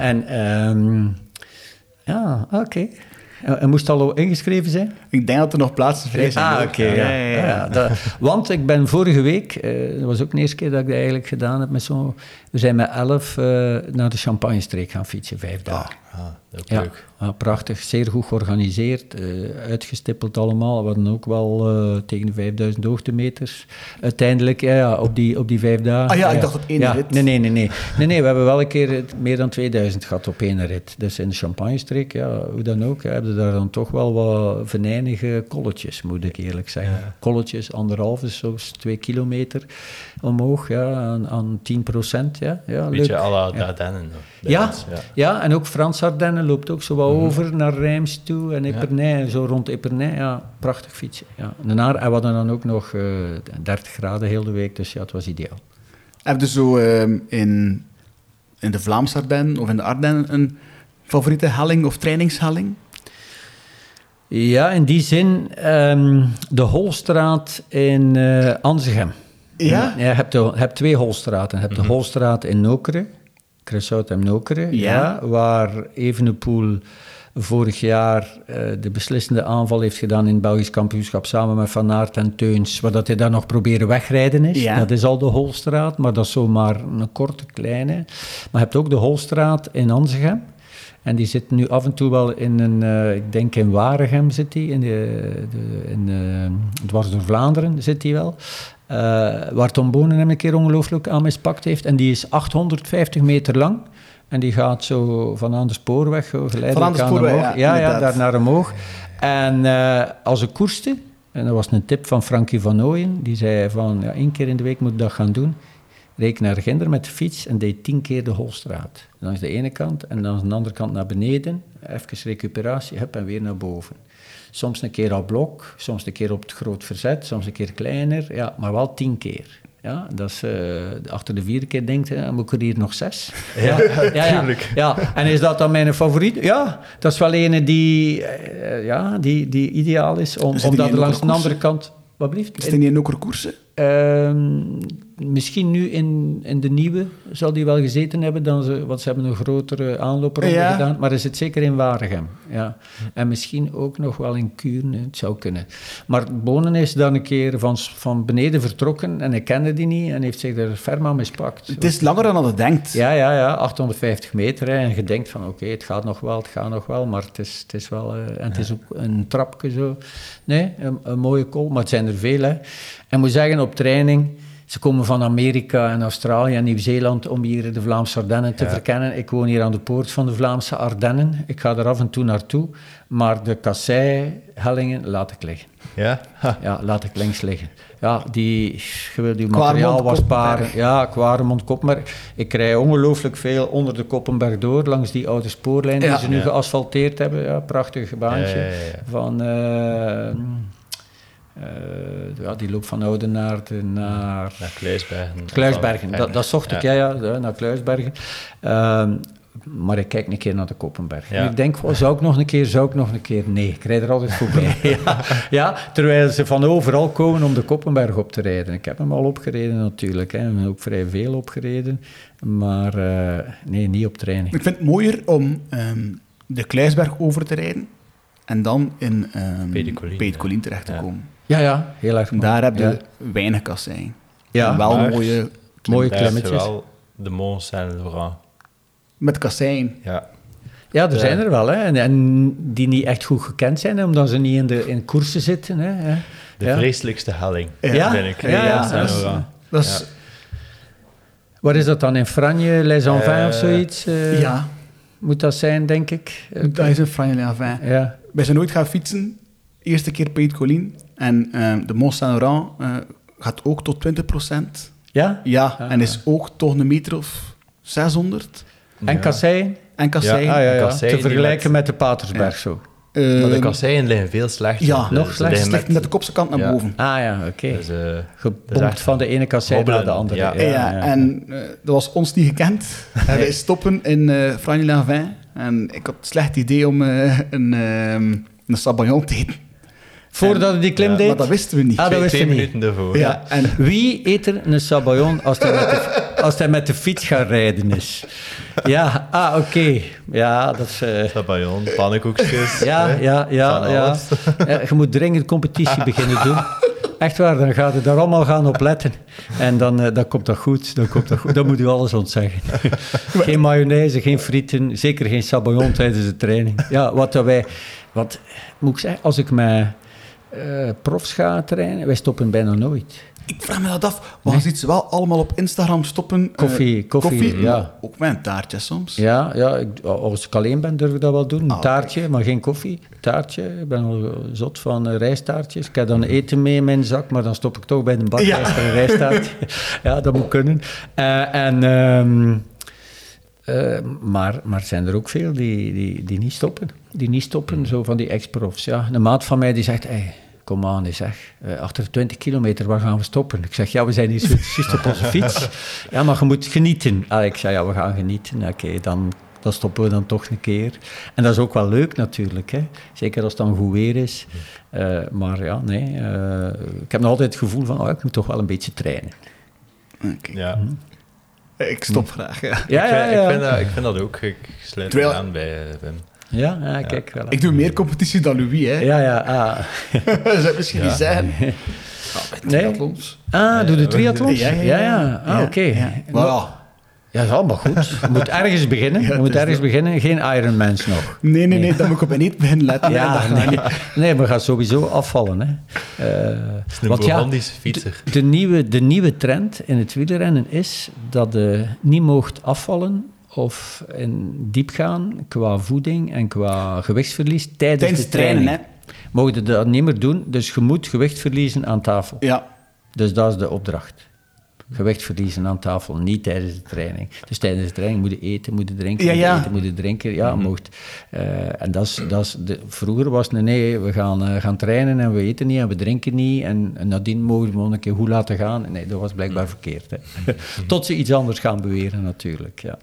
oké. En moest al ingeschreven zijn? Ik denk dat er nog plaatsen vrij zijn. Oké. Want ik ben vorige week, dat was ook de eerste keer dat ik dat eigenlijk gedaan heb met zo'n... We zijn met 11 naar de Champagne-streek gaan fietsen, 5 dagen. Dat is leuk. Prachtig, zeer goed georganiseerd, uitgestippeld allemaal. We hadden ook wel tegen de 5000 hoogtemeters. Uiteindelijk, op die 5 dagen. Ik dacht op één rit. Nee, we hebben wel een keer meer dan 2000 gehad op 1 rit. Dus in de Champagne-streek, hoe dan ook, hebben daar dan toch wel wat venijnige kolletjes, moet ik eerlijk zeggen. Ja. Kolletjes, 1,5, zo'n 2 kilometer omhoog, aan 10%. Een beetje à la Ardennen. Ja, en ook Frans Ardennen loopt ook zo wat over naar Reims toe en Epernay, zo rond Epernay. Ja, prachtig fietsen. Ja. En we hadden dan ook nog 30 graden heel de week, dus het was ideaal. Heb je zo in de Vlaamse Ardennen of in de Ardennen een favoriete helling of trainingshelling? Ja, in die zin de Holstraat in Anzegem. Ja? Je hebt 2 Holstraten. Je hebt de Holstraat in Nokere, Creusot en Nokere, waar Evenepoel vorig jaar de beslissende aanval heeft gedaan in het Belgisch kampioenschap samen met Van Aert en Teuns, waar dat hij daar nog proberen wegrijden is. Ja. Dat is al de Holstraat, maar dat is zomaar een korte, kleine. Maar je hebt ook de Holstraat in Anzegem. En die zit nu af en toe wel in ik denk in Waregem zit die, dwars door Vlaanderen zit die wel. Waar Tom Bonen hem een keer ongelooflijk aan mispakt heeft. En die is 850 meter lang. En die gaat zo van aan de spoorweg geleidelijk aan omhoog. Ja, daar naar omhoog. En als een koerste, en dat was een tip van Frankie van Ooyen, die zei van, 1 keer in de week moet ik dat gaan doen. reed naar Ginder met de fiets en deed 10 keer de Holstraat. Langs de ene kant en dan aan de andere kant naar beneden. Even recuperatie, hup, en weer naar boven. Soms een keer op blok, soms een keer op het groot verzet, soms een keer kleiner. Ja, maar wel 10 keer. Ja, dat is, achter de 4e keer denkt, moet ik er hier nog 6? Ja, tuurlijk. Ja. En is dat dan mijn favoriet? Ja, dat is wel ene die ideaal is, omdat er langs de andere kant... Wat blieft? Is het niet in ook koersen? Misschien nu in de nieuwe zal die wel gezeten hebben, want ze hebben een grotere aanloopronde gedaan, maar is het zeker in Waregem. Ja. En misschien ook nog wel in Kuurne, het zou kunnen. Maar Bonen is dan een keer van beneden vertrokken en hij kende die niet en heeft zich er ferm aan mispakt. Het is langer dan je denkt. Ja, 850 meter. Hè, en je denkt van oké, het gaat nog wel, maar het is wel... en het is ook een trapje zo. Nee, een mooie kool, maar het zijn er veel. Hè. En ik moet zeggen, op training... Ze komen van Amerika en Australië en Nieuw-Zeeland om hier de Vlaamse Ardennen te verkennen. Ik woon hier aan de poort van de Vlaamse Ardennen. Ik ga er af en toe naartoe, maar de kasseihellingen laat ik liggen. Ja? Ja, laat ik links liggen. Ja, je wil die materiaal wat sparen. Ja, Kwaremond, Koppenberg. Ik rij ongelooflijk veel onder de Koppenberg door, langs die oude spoorlijn die ze nu geasfalteerd hebben. Ja, prachtig baantje. Ja. Van... die loopt van Oudenaarde naar Kluisbergen. Dat zocht ik, naar Kluisbergen. Maar ik kijk een keer naar de Koppenberg. Ja. En ik denk, zou ik nog een keer? Nee, ik rijd er altijd voorbij. Terwijl ze van overal komen om de Koppenberg op te rijden. Ik heb hem al opgereden natuurlijk, hè. Ik heb ook vrij veel opgereden. Maar nee, niet op training. Ik vind het mooier om de Kluisberg over te rijden en dan in Peet-Colien terecht te komen. Ja, heel erg mooi. Daar heb je weinig kassein. Ja, en wel maar mooie daar klimmetjes. heb je wel de Mont Saint-Laurent. Met kassein. Ja, er zijn er wel, hè. En die niet echt goed gekend zijn, hè, omdat ze niet in koersen zitten. Hè. De vreselijkste helling, vind ik. Dat is... Waar is dat dan? In Franje, Les Envins of zoiets? Moet dat zijn, denk ik. Dat is een Franje-les-Envins. Ja. Wij zijn nooit gaan fietsen. Eerste keer Peet-Colien. En de Mont Saint-Laurent gaat ook tot 20%. Ja? Ja, en is ook toch een meter of 600. En kasseien? En kasseien. Te vergelijken met de Patersberg zo. Maar de kasseien liggen veel slechter. Ja, nog slechter. Met de kopse kant naar boven. Oké. Dus, Gebompt van de ene kassei naar de andere. En dat was ons niet gekend. En wij stoppen in Franje-les-Envins. En ik had het slecht idee om een sabayon te eten. Voordat hij die klim deed? Maar dat wisten we niet. Dat wisten 2 we niet. minuten ervoor. Ja, en wie eet er een sabayon als hij met de fiets gaat rijden is? Ja, oké. Ja, dat is... Sabayon, pannenkoekjes. Ja. Je moet dringend competitie beginnen doen. Echt waar, dan gaat het daar allemaal gaan op letten. En dan komt dat goed. Dan moet u alles ontzeggen. Geen mayonaise, geen frieten, zeker geen sabayon tijdens de training. Ja, wat moet ik zeggen, als ik met profs ga trainen, wij stoppen bijna nooit. ik vraag me dat af. We gaan ze wel allemaal op Instagram stoppen. Koffie, ja. Maar ook met een taartje soms. Ja, als ik alleen ben durf ik dat wel doen. Een taartje, maar geen koffie. Taartje, ik ben wel zot van rijstaartjes. Ik heb dan eten mee in mijn zak, maar dan stop ik toch bij de baklijst voor een rijstaartje. Ja, dat moet kunnen. Maar er zijn er ook veel die niet stoppen. Die niet stoppen, zo van die ex-profs. Ja. Een maat van mij die zegt... Hey, kom aan, zeg. Achter 20 kilometer, waar gaan we stoppen? Ik zeg, ja, we zijn hier juist op onze fiets. Ja, maar je moet genieten. Ik zeg, ja, we gaan genieten. Oké, dan stoppen we dan toch een keer. En dat is ook wel leuk natuurlijk. Hè. Zeker als het dan goed weer is. Maar ja, nee. Ik heb nog altijd het gevoel van, ik moet toch wel een beetje trainen. Okay. Ja. Ik stop graag, ja. Ik vind dat ook. Ik sluit me aan bij Wim. Ja, kijk wel. Ik doe meer competitie dan Louis, hè. Ja. Dat zou misschien niet zijn. Triathlons. Doe de triathlons? Ja. Oké. Ja. Ja, maar goed. Je moet ergens beginnen. Geen Ironmans nog. Nee, dan moet ik op mijn niet beginnen letten. Nee, maar gaat sowieso afvallen. Hè. Een Burgondische fietser. De nieuwe trend in het wielrennen is dat je niet moogt afvallen of in diep gaan qua voeding en qua gewichtsverlies tijdens de training. Hè. Mogen je dat niet meer doen, dus je moet gewicht verliezen aan tafel. Ja. Dus dat is de opdracht. Gewicht verliezen aan tafel, niet tijdens de training. Dus tijdens de training moet je eten, moet je drinken, moet je drinken. Ja, mocht. En vroeger was het, nee, we gaan trainen en we eten niet en we drinken niet. En nadien mogen we een keer hoe laten gaan. Nee, dat was blijkbaar verkeerd. Hè. Tot ze iets anders gaan beweren, natuurlijk. Ja.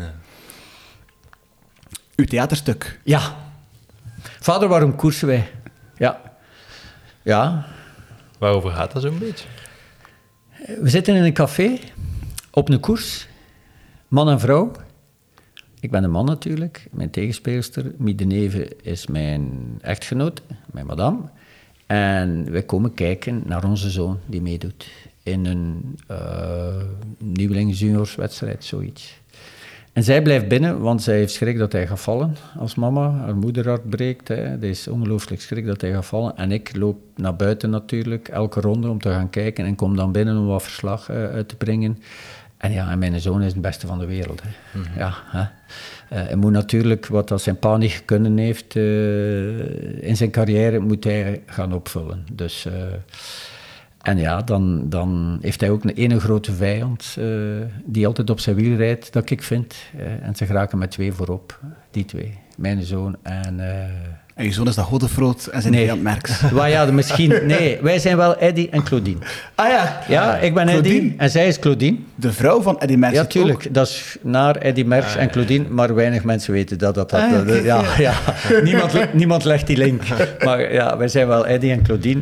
Uw theaterstuk. Ja. Vader, waarom koersen wij? Ja. Ja. Waarover gaat dat zo'n beetje? We zitten in een café, op een koers, man en vrouw. Ik ben de man natuurlijk, mijn tegenspeelster. Mie de Neve is mijn echtgenoot, mijn madame. En wij komen kijken naar onze zoon die meedoet in een nieuwelingen-juniorswedstrijd, zoiets. En zij blijft binnen, want zij heeft schrik dat hij gaat vallen als mama. Haar moederhart breekt. Hè. Er is ongelooflijk schrik dat hij gaat vallen. En ik loop naar buiten natuurlijk, elke ronde om te gaan kijken. En kom dan binnen om wat verslag uit te brengen. En mijn zoon is het beste van de wereld. Hè. Mm-hmm. Ja, hè. Hij moet natuurlijk, wat dat zijn pa niet kunnen heeft in zijn carrière, moet hij gaan opvullen. Dus... En ja, dan heeft hij ook een ene grote vijand die altijd op zijn wiel rijdt, dat ik vind. En ze geraken met 2 voorop, die 2. Mijn zoon en... En je zoon is dat Godefroot en zijn vijand Merckx. Maar ja, misschien... Nee, wij zijn wel Eddy en Claudine. Ah ja. Ja, ik ben Eddy en zij is Claudine. De vrouw van Eddy Merckx. Ja, tuurlijk. Dat is naar Eddy Merckx en Claudine, maar weinig mensen weten dat. Niemand legt die link. Maar ja, wij zijn wel Eddy en Claudine.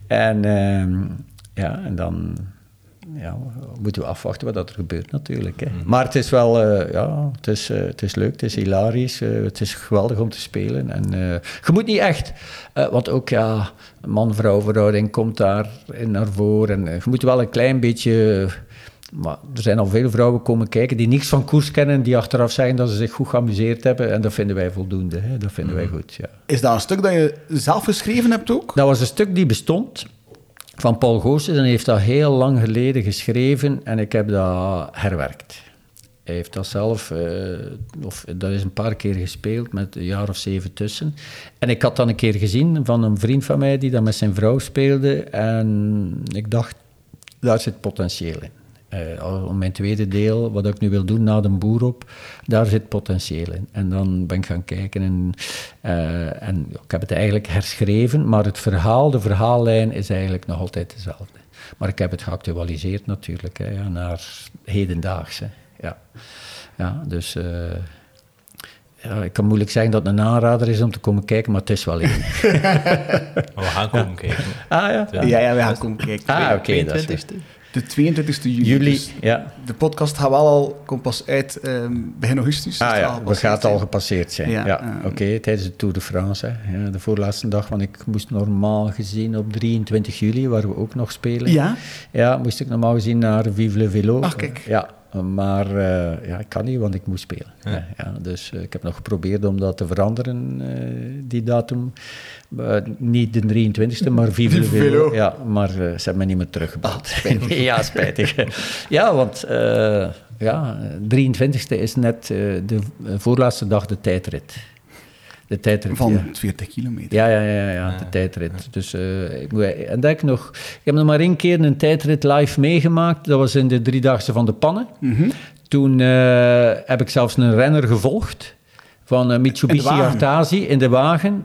En dan moeten we afwachten wat er gebeurt natuurlijk. Hè. Maar het is wel, het is leuk, het is hilarisch, het is geweldig om te spelen. En je moet niet echt, want ook man-vrouw verhouding komt daar naar voren. En je moet wel een klein beetje... Maar er zijn al veel vrouwen komen kijken die niks van koers kennen, die achteraf zeggen dat ze zich goed geamuseerd hebben. En dat vinden wij voldoende, hè. Dat vinden wij goed, ja. Is dat een stuk dat je zelf geschreven hebt ook? Dat was een stuk die bestond... van Paul Goossens, en hij heeft dat heel lang geleden geschreven en ik heb dat herwerkt. Hij heeft dat zelf, dat is een paar keer gespeeld met een jaar of 7 tussen. En ik had dat een keer gezien van een vriend van mij die dat met zijn vrouw speelde en ik dacht, daar zit potentieel in. Mijn tweede deel, wat ik nu wil doen na de boer op, daar zit potentieel in. En dan ben ik gaan kijken en ik heb het eigenlijk herschreven, maar het verhaal, de verhaallijn is eigenlijk nog altijd dezelfde. Maar ik heb het geactualiseerd natuurlijk, hè, naar hedendaagse. Ja, dus... ik kan moeilijk zeggen dat het een aanrader is om te komen kijken, maar het is wel één. Maar we gaan komen kijken. Ah ja? Ja, we gaan komen kijken. Oké, dat is... De 22e juli. Dus de podcast komt pas uit begin augustus. We gaan het al gepasseerd zijn. Oké, tijdens de Tour de France. Hè. Ja, de voorlaatste dag, want ik moest normaal gezien op 23 juli, waar we ook nog spelen. Ja, moest ik normaal gezien naar Vive le Vélo. Ach, kijk. Maar ik kan niet, want ik moest spelen. Dus ik heb nog geprobeerd om dat te veranderen, die datum. Niet de 23e, maar Vive le Vélo. Ja, maar ze hebben me niet meer teruggebeld. Ja, spijtig. Ja, want 23e is net de voorlaatste dag de tijdrit. De tijdrit van 40 kilometer. Ja, de tijdrit. Dus ik heb nog maar 1 keer een tijdrit live meegemaakt. Dat was in de 3-daagse van de Pannen. Mm-hmm. Toen heb ik zelfs een renner gevolgd van Mitsubishi Artasi in de wagen.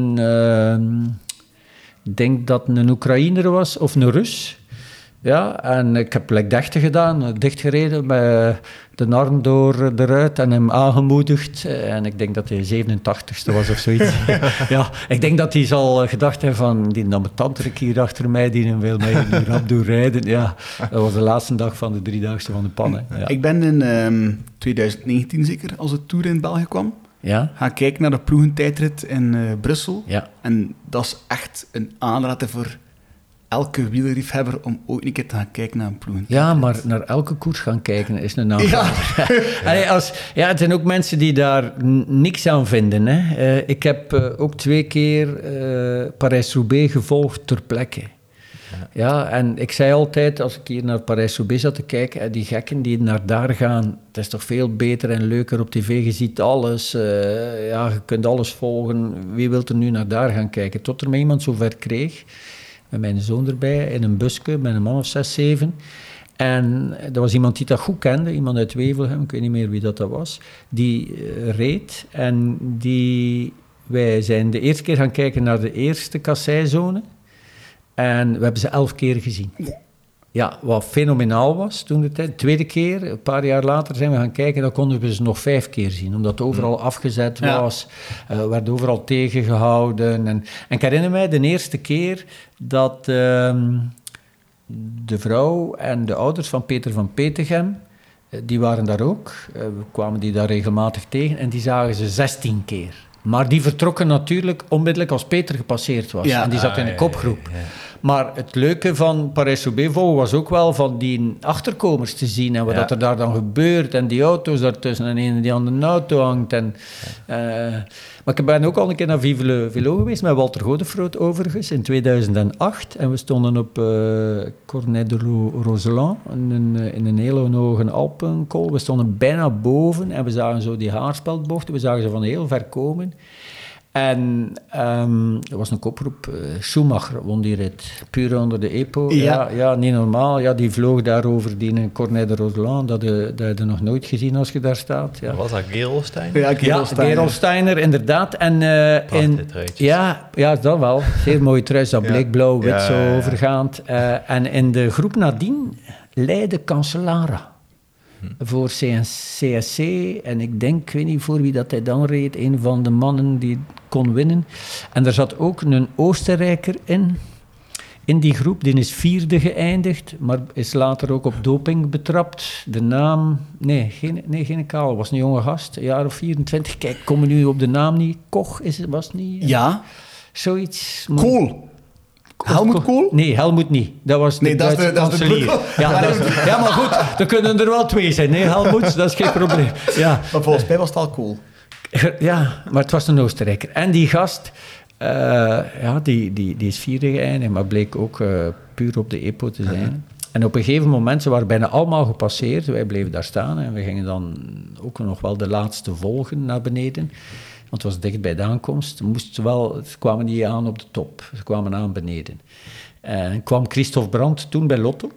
Ik denk dat een Oekraïner was of een Rus. Ja, en ik heb like 30 gedaan, dichtgereden met de arm door de ruit en hem aangemoedigd. En ik denk dat hij 87ste was of zoiets. Ja, ik denk dat hij zal gedacht hebben van, die ambetanterik hier achter mij, die wil mij nu rap doen rijden. Ja, dat was de laatste dag van de 3-daagse van de Pannen. Ja. Ik ben in 2019 zeker, als de Tour in België kwam, gaan kijken naar de ploegentijdrit in Brussel. Ja. En dat is echt een aanrader voor elke wielerliefhebber om ook een keer te gaan kijken naar een ploegentijdrit. Ja, maar naar elke koers gaan kijken is een aanrader. Het zijn ook mensen die daar niks aan vinden. Hè. Ik heb ook 2 keer Parijs-Roubaix gevolgd ter plekke. Ja, en ik zei altijd, als ik hier naar Parijs-Roubaix zat te kijken, die gekken die naar daar gaan, het is toch veel beter en leuker op tv, je ziet alles, je kunt alles volgen, wie wil er nu naar daar gaan kijken? Tot er mij iemand zover kreeg, met mijn zoon erbij, in een busje, met een man of 6, 7, En er was iemand die dat goed kende, iemand uit Wevelgem, ik weet niet meer wie dat was, die reed en wij zijn de eerste keer gaan kijken naar de eerste kasseizone en we hebben ze 11 keer gezien. Ja, wat fenomenaal was toen de tijd. De tweede keer, een paar jaar later, zijn we gaan kijken, dan konden we ze nog 5 keer zien, omdat het overal afgezet was, werd overal tegengehouden. En ik herinner mij de eerste keer dat de vrouw en de ouders van Peter van Petegem, die waren daar ook. We kwamen die daar regelmatig tegen en die zagen ze 16 keer. Maar die vertrokken natuurlijk onmiddellijk als Peter gepasseerd was. Ja. En die zat in de kopgroep. Ja. Maar het leuke van Parijs-Roubaix was ook wel van die achterkomers te zien en wat er daar dan gebeurt en die auto's daartussen en een die aan de auto hangt. Maar ik ben ook al een keer naar Vive le Vélo geweest met Walter Godefroot overigens in 2008 en we stonden op Cornet de Roseland in een hele hoge Alpenkool. We stonden bijna boven en we zagen zo die haarspeldbochten, we zagen ze van heel ver komen. En er was een koproep, Schumacher won die rit, puur onder de EPO. Ja, niet normaal. Ja, die vloog daar over die Cornet de Roseland, dat heb je nog nooit gezien als je daar staat. Ja. Was dat Gerolsteiner? Ja, Gerolsteiner, inderdaad. En, ja, dat wel. Zeer mooie trui, dat bleek blauw-wit zo overgaand. En in de groep nadien leidde Cancellara. Voor CSC en ik weet niet voor wie dat hij dan reed, een van de mannen die kon winnen. En er zat ook een Oostenrijker in die groep, die is 4e geëindigd, maar is later ook op doping betrapt. De naam, geen Kaal, was een jonge gast, een jaar of 24. Kijk, kom nu op de naam niet. Koch was het niet? Ja. Zoiets. Kool. Helmut Kool? Nee, Helmut niet. Dat was de Duitse kanselier. Ja, maar goed, er kunnen er wel 2 zijn. Nee, Helmut, dat is geen probleem. Ja. Maar volgens mij was het al Kool. Ja, maar het was een Oostenrijker. En die gast, die is 4e geëindigd, maar bleek ook puur op de EPO te zijn. En op een gegeven moment, ze waren bijna allemaal gepasseerd. Wij bleven daar staan en we gingen dan ook nog wel de laatste volgen naar beneden. Want het was dicht bij de aankomst. Ze kwamen niet aan op de top. Ze kwamen aan beneden. En kwam Christophe Brandt toen bij Lotto.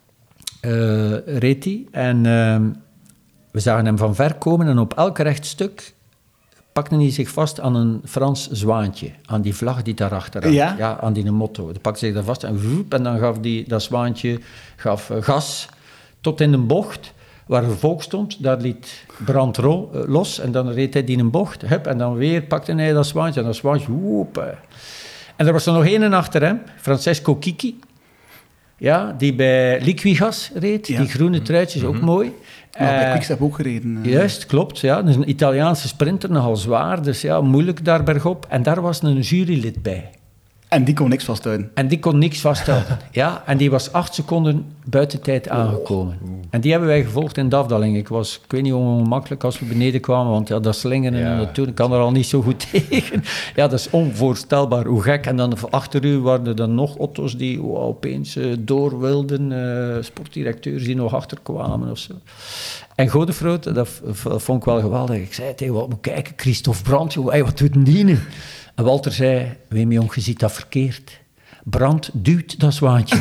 Reed hij. En we zagen hem van ver komen. En op elk rechtstuk pakte hij zich vast aan een Frans zwaantje. Aan die vlag die daarachter had. Ja, aan die motto. Hij pakte zich daar vast en dan gaf dat zwaantje gas tot in een bocht. Waar een volk stond, daar liet Brandt los en dan reed hij die in een bocht. En dan weer pakte hij dat zwaantje en dat zwaantje, woep. En er was er nog één achter hem, Francesco Chicchi, die bij Liquigas reed. Die groene truitjes, ook mooi. Bij Quickstep ook gereden. Juist, klopt. Ja. Dus een Italiaanse sprinter, nogal zwaar, dus moeilijk daar bergop. En daar was een jurylid bij. En die kon niks vasthouden. Ja, en die was 8 seconden buiten tijd aangekomen. En die hebben wij gevolgd in de afdaling. Ik weet niet hoe ongemakkelijk als we beneden kwamen, want dat slingeren en dat doen, ik kan er al niet zo goed tegen. Ja, dat is onvoorstelbaar hoe gek. En dan achter u waren er dan nog auto's die opeens door wilden, sportdirecteurs die nog achterkwamen of zo. En Godefroot, dat vond ik wel geweldig. Ik zei tegen wat moet kijken, Christophe Brandt, wat doet die nu? En Walter zei, Wim Jong, je ziet dat verkeerd. Brandt duwt dat zwaantje.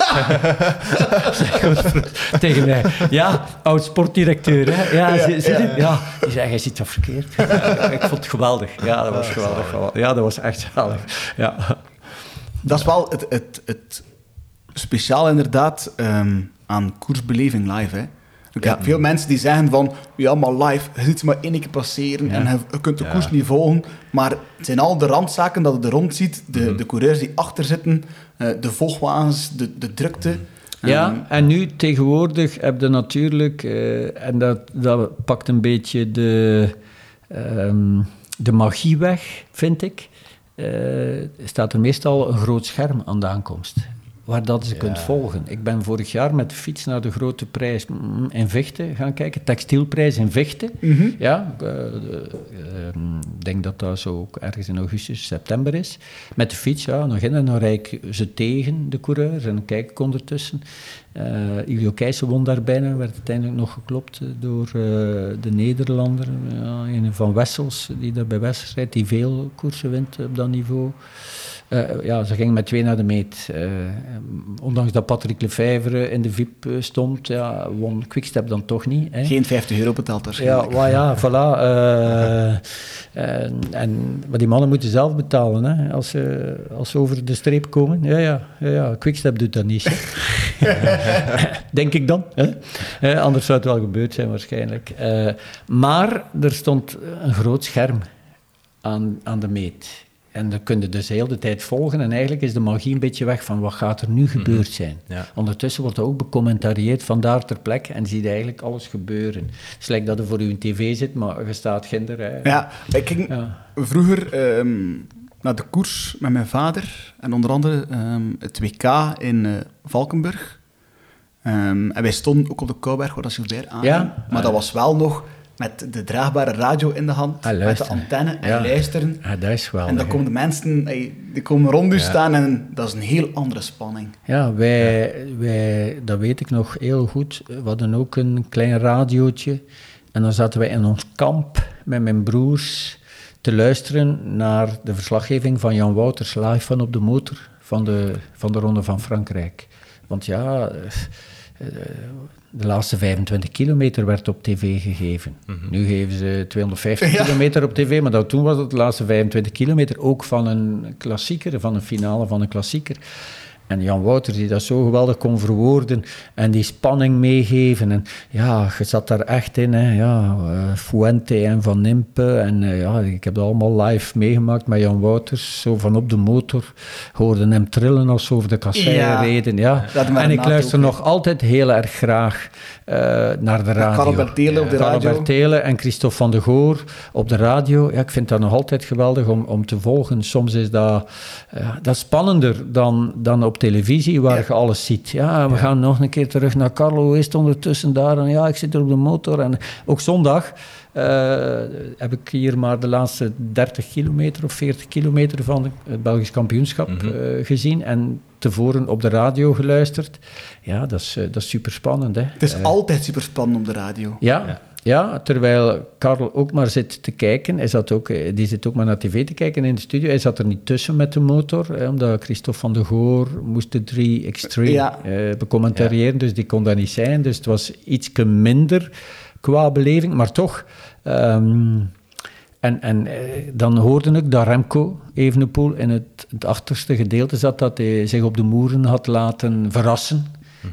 Tegen mij. Ja, oud-sportdirecteur. Hè? Die zei, jij ziet dat verkeerd. Ik vond het geweldig. Ja, dat was geweldig. Ja, dat was echt geweldig. Ja. Dat is wel het speciaal inderdaad aan koersbeleving live, hè. Ik heb veel mensen die zeggen van, maar live, je ziet ze maar 1 keer passeren en je kunt de koers niet volgen. Maar het zijn al de randzaken dat je er rond ziet, de coureurs die achter zitten, de volgwagens, de drukte. Ja, en nu tegenwoordig heb je natuurlijk, en dat pakt een beetje de magie weg, vind ik, staat er meestal een groot scherm aan de aankomst. Waar dat ze kunt volgen. Ik ben vorig jaar met de fiets naar de grote prijs in Vechten gaan kijken. Textielprijs in Vechten. Ja, ik denk dat dat zo ook ergens in augustus, september is. Met de fiets, nog in en dan rijd ik ze tegen, de coureurs. En dan kijk ik ondertussen. Ilio Keijsen won daar bijna. Werd uiteindelijk nog geklopt door de Nederlander. Een van Wessels, die daar bij Wessels rijdt. Die veel koersen wint op dat niveau. Ze ging met 2 naar de meet. Ondanks dat Patrick Lefevre in de VIP stond, won Quickstep dan toch niet. Hè. Geen €50 betaald waarschijnlijk. Voilà. Maar die mannen moeten zelf betalen, hè, als ze over de streep komen. Ja. Quickstep doet dat niet. Denk ik dan. Hè. Anders zou het wel gebeurd zijn waarschijnlijk. Maar er stond een groot scherm aan de meet. En dan kun je dus de hele tijd volgen. En eigenlijk is de magie een beetje weg van wat gaat er nu gebeurd zijn. Ja. Ondertussen wordt er ook becommentarieerd van daar ter plekke. En zie je eigenlijk alles gebeuren. Het is lijkt dat er voor u een tv zit, maar je staat ginder. Hè. Ja, ik ging vroeger naar de koers met mijn vader. En onder andere het WK in Valkenburg. En wij stonden ook op de Kouwberg, waar dat Gilbert aan. Ja? Maar dat was wel nog met de draagbare radio in de hand, met de antenne en luisteren. Ja, dat is wel. En dan komen de mensen, die komen rond u staan en dat is een heel andere spanning. Ja, wij, dat weet ik nog heel goed. We hadden ook een klein radiootje en dan zaten wij in ons kamp met mijn broers te luisteren naar de verslaggeving van Jan Wouters live van op de motor van de Ronde van Frankrijk. Want de laatste 25 kilometer werd op tv gegeven. Mm-hmm. Nu geven ze 250 kilometer op tv, maar toen was het de laatste 25 kilometer ook van een klassieker, van een finale van een klassieker. En Jan Wouters die dat zo geweldig kon verwoorden en die spanning meegeven. En je zat daar echt in. Fuente en Van Impe. En ik heb dat allemaal live meegemaakt met Jan Wouters. Zo van op de motor. Hoorde hem trillen als ze over de kasseien reden. Ja. En ik luister nog altijd heel erg graag naar de radio. Karel Bertele op de radio. Karel Bertele en Christophe van de Goor op de radio. Ja, ik vind dat nog altijd geweldig om te volgen. Soms is dat spannender dan op televisie, waar je alles ziet. Ja, we gaan nog een keer terug naar Carlo. Hoe is het ondertussen daar? En ik zit er op de motor. En ook zondag heb ik hier maar de laatste 30 kilometer of 40 kilometer van het Belgisch kampioenschap gezien. En tevoren op de radio geluisterd. Ja, dat is super spannend. Hè. Het is altijd super spannend op de radio. Ja, terwijl Karel ook maar zit te kijken. Die zit ook maar naar tv te kijken in de studio. Hij zat er niet tussen met de motor, omdat Christophe van de Goor moest de 3 Extreme becommentariëren, dus die kon dat niet zijn. Dus het was iets minder qua beleving, maar toch. Dan hoorde ik dat Remco Evenepoel in het achterste gedeelte zat, dat hij zich op de moeren had laten verrassen.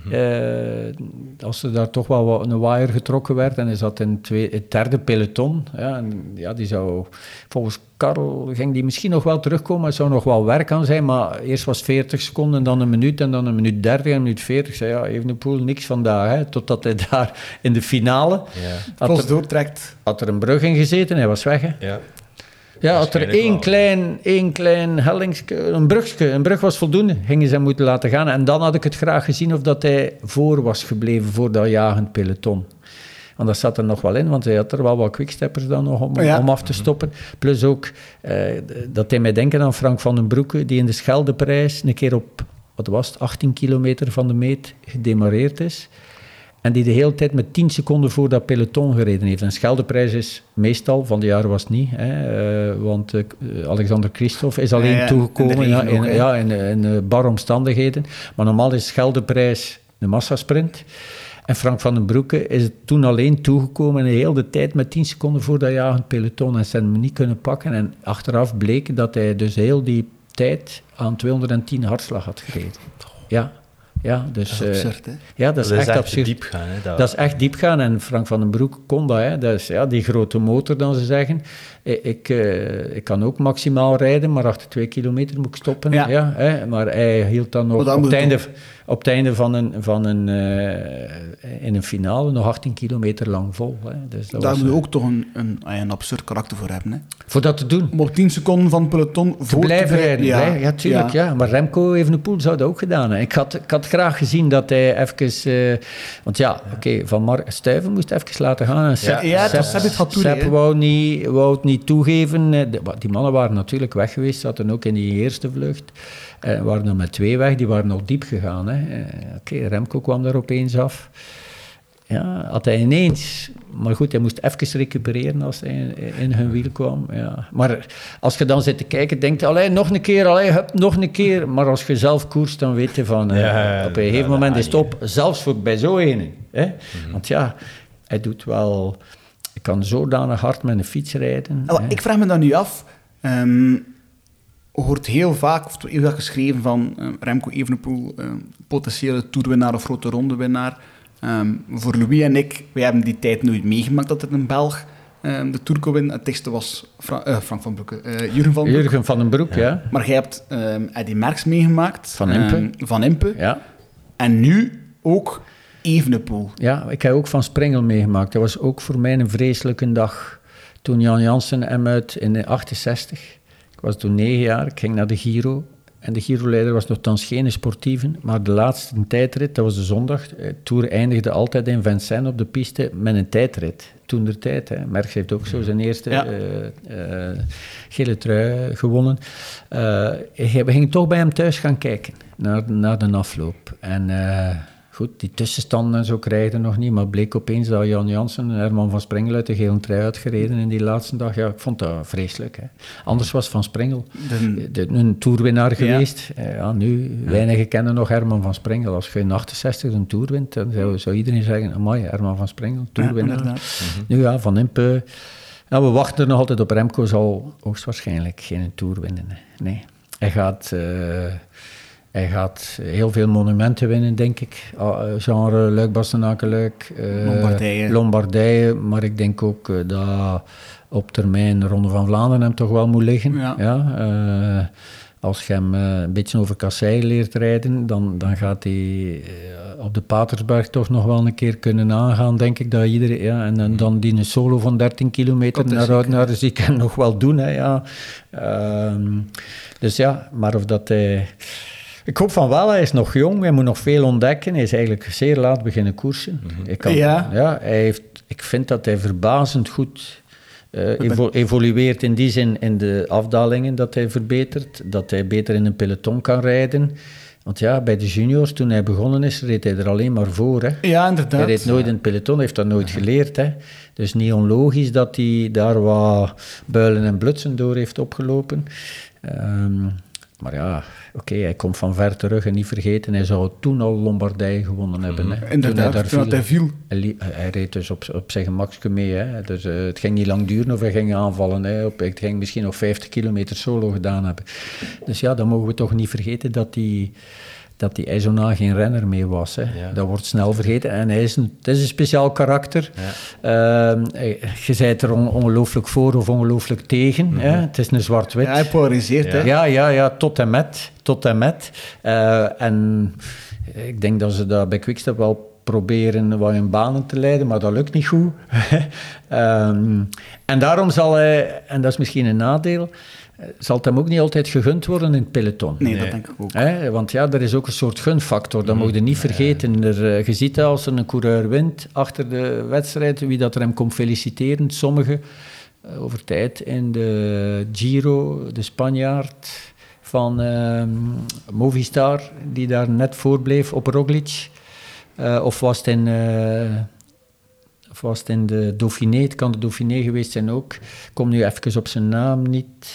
Als er daar toch wel een waaier getrokken werd en hij zat in het derde peloton. Die zou, volgens Karel ging die misschien nog wel terugkomen, het zou nog wel werk aan zijn, maar eerst was 40 seconden, dan een minuut en dan een minuut 30 en een minuut 40. Zei Evenepoel niks vandaag, hè, totdat hij daar in de finale had er een brug in gezeten, hij was weg. Hè. Ja, had er één klein hellingsje, een brug was voldoende, gingen ze hem moeten laten gaan. En dan had ik het graag gezien of dat hij voor was gebleven voor dat jagend peloton. Want dat zat er nog wel in, want hij had er wel wat quicksteppers dan nog om af te stoppen. Plus ook, dat deed mij denken aan Frank van den Broeke, die in de Scheldeprijs een keer op, 18 kilometer van de meet gedemareerd is. En die de hele tijd met 10 seconden voor dat peloton gereden heeft. En Scheldeprijs is meestal, van de jaren was het niet, want Alexander Christophe is alleen toegekomen in barre omstandigheden. Maar normaal is Scheldeprijs de massasprint. En Frank van den Broeke is toen alleen toegekomen en de hele tijd met 10 seconden voor dat jagend peloton. En ze hebben hem niet kunnen pakken. En achteraf bleek dat hij dus heel die tijd aan 210 hartslag had gereden. Ja, dus, dat is absurd, hè? Ja, dat is echt absurd. Diep gaan, hè, dat is echt diep gaan. En Frank van den Broek kon dat. Hè. Dat is die grote motor, dan ze zeggen. Ik kan ook maximaal rijden, maar achter 2 kilometer moet ik stoppen. Ja, hè. Maar hij hield dan nog op het einde van in een finale nog 18 kilometer lang vol. Hè. Dus daar moet je ook toch een absurd karakter voor hebben. Hè? Voor dat te doen. Om op 10 seconden van het peloton te blijven rijden. Ja, tuurlijk. Ja. Maar Remco Evenepoel zou dat ook gedaan hebben. Ik had graag gezien dat hij even... want Van Stuyven moest even laten gaan. Sepp wou het niet toegeven. Die mannen waren natuurlijk weg geweest. Zaten ook in die eerste vlucht. Waren er met 2 weg. Die waren nog diep gegaan. Hè. Remco kwam daar opeens af. Ja, had hij ineens... Maar goed, hij moest even recupereren als hij in hun wiel kwam. Ja. Maar als je dan zit te kijken, denk je... Allee, nog een keer, allee, hup, nog een keer. Maar als je zelf koerst, dan weet je van... op een gegeven moment is het op. Zelfs voor bij zo ene. Hè? Want ja, hij doet wel... Hij kan zodanig hard met een fiets rijden. Ik vraag me dan nu af... hoort heel vaak, of heel vaak geschreven van Remco Evenepoel, potentiële toerwinnaar of grote rondewinnaar. Voor Louis en ik, wij hebben die tijd nooit meegemaakt dat er een Belg de Tour kon winnen. Het tekste was Frank van Broeke, Jurgen van den Broek, ja. Maar jij hebt Eddy Merckx meegemaakt. Van Impe. Ja. En nu ook Evenepoel. Ja, ik heb ook Van Sprengel meegemaakt. Dat was ook voor mij een vreselijke dag. Toen Jan Jansen hem uit in 68. Ik was toen 9 jaar, ik ging naar de Giro. En de Giro-leider was nogthans geen sportieve, maar de laatste tijdrit, dat was de zondag. De Tour eindigde altijd in Vincennes op de piste met een tijdrit. Toen der tijd, hè. Merckx heeft ook zo zijn eerste gele trui gewonnen. We gingen toch bij hem thuis gaan kijken, naar de afloop. En goed, die tussenstanden en zo krijgen nog niet, maar bleek opeens dat Jan Jansen en Herman van Sprengel uit de gele trui uitgereden in die laatste dag. Ja, ik vond dat vreselijk. Hè. Anders was Van Sprengel een toerwinnaar geweest. Nu, weinigen kennen nog Herman van Sprengel. Als je in 68 een toer wint, dan zou iedereen zeggen, amai, Herman van Sprengel, toerwinnaar. Ja, nu ja, Van Impe... Ja, we wachten er nog altijd op. Remco zal hoogstwaarschijnlijk geen toer winnen. Nee. Hij gaat heel veel monumenten winnen, denk ik. Genre Luik-Bastenaken-Luik, Lombardije. Maar ik denk ook dat op termijn de Ronde van Vlaanderen hem toch wel moet liggen. Ja. Als je hem een beetje over kasseien leert rijden, dan gaat hij op de Patersberg toch nog wel een keer kunnen aangaan, denk ik. Dat iedereen, en dan die een solo van 13 kilometer naar zie ik hem nog wel doen. Hè, ja. Dus ja, maar of dat hij... Ik hoop van wel, hij is nog jong, hij moet nog veel ontdekken. Hij is eigenlijk zeer laat beginnen koersen. Ik vind dat hij verbazend goed evolueert in die zin in de afdalingen, dat hij verbetert, dat hij beter in een peloton kan rijden. Want ja, bij de juniors, toen hij begonnen is, reed hij er alleen maar voor. Hè. Ja, inderdaad. Hij reed nooit in het peloton, heeft dat nooit geleerd. Hè. Dus niet onlogisch dat hij daar wat builen en blutsen door heeft opgelopen. Maar ja, oké, hij komt van ver terug en niet vergeten, hij zou toen al Lombardije gewonnen hebben. Hè. Inderdaad, toen hij viel. Hij reed dus op zijn gemakske mee. Hè. Dus, het ging niet lang duren of hij ging aanvallen. Hè. Het ging misschien nog 50 kilometer solo gedaan hebben. Dus ja, dan mogen we toch niet vergeten dat die Aizona geen renner meer was. Hè. Ja. Dat wordt snel vergeten. En het is een speciaal karakter. Ja. Je bent er ongelooflijk voor of ongelooflijk tegen. Mm-hmm. Hè. Het is een zwart-wit. Ja, hij polariseert. Ja. Hè? Ja, tot en met. En ik denk dat ze dat bij Quickstep wel proberen wat in banen te leiden, maar dat lukt niet goed. En daarom zal hij, en dat is misschien een nadeel, zal het hem ook niet altijd gegund worden in het peloton. Nee, dat denk ik ook. Want ja, er is ook een soort gunfactor, dat moet je niet vergeten. Je ziet dat als er een coureur wint achter de wedstrijd, wie dat er hem komt feliciteren, sommigen over tijd in de Giro, de Spanjaard van Movistar, die daar net voor bleef op Roglic. Of was het in de Dauphiné? Het kan de Dauphiné geweest zijn ook. Ik kom nu even op zijn naam niet.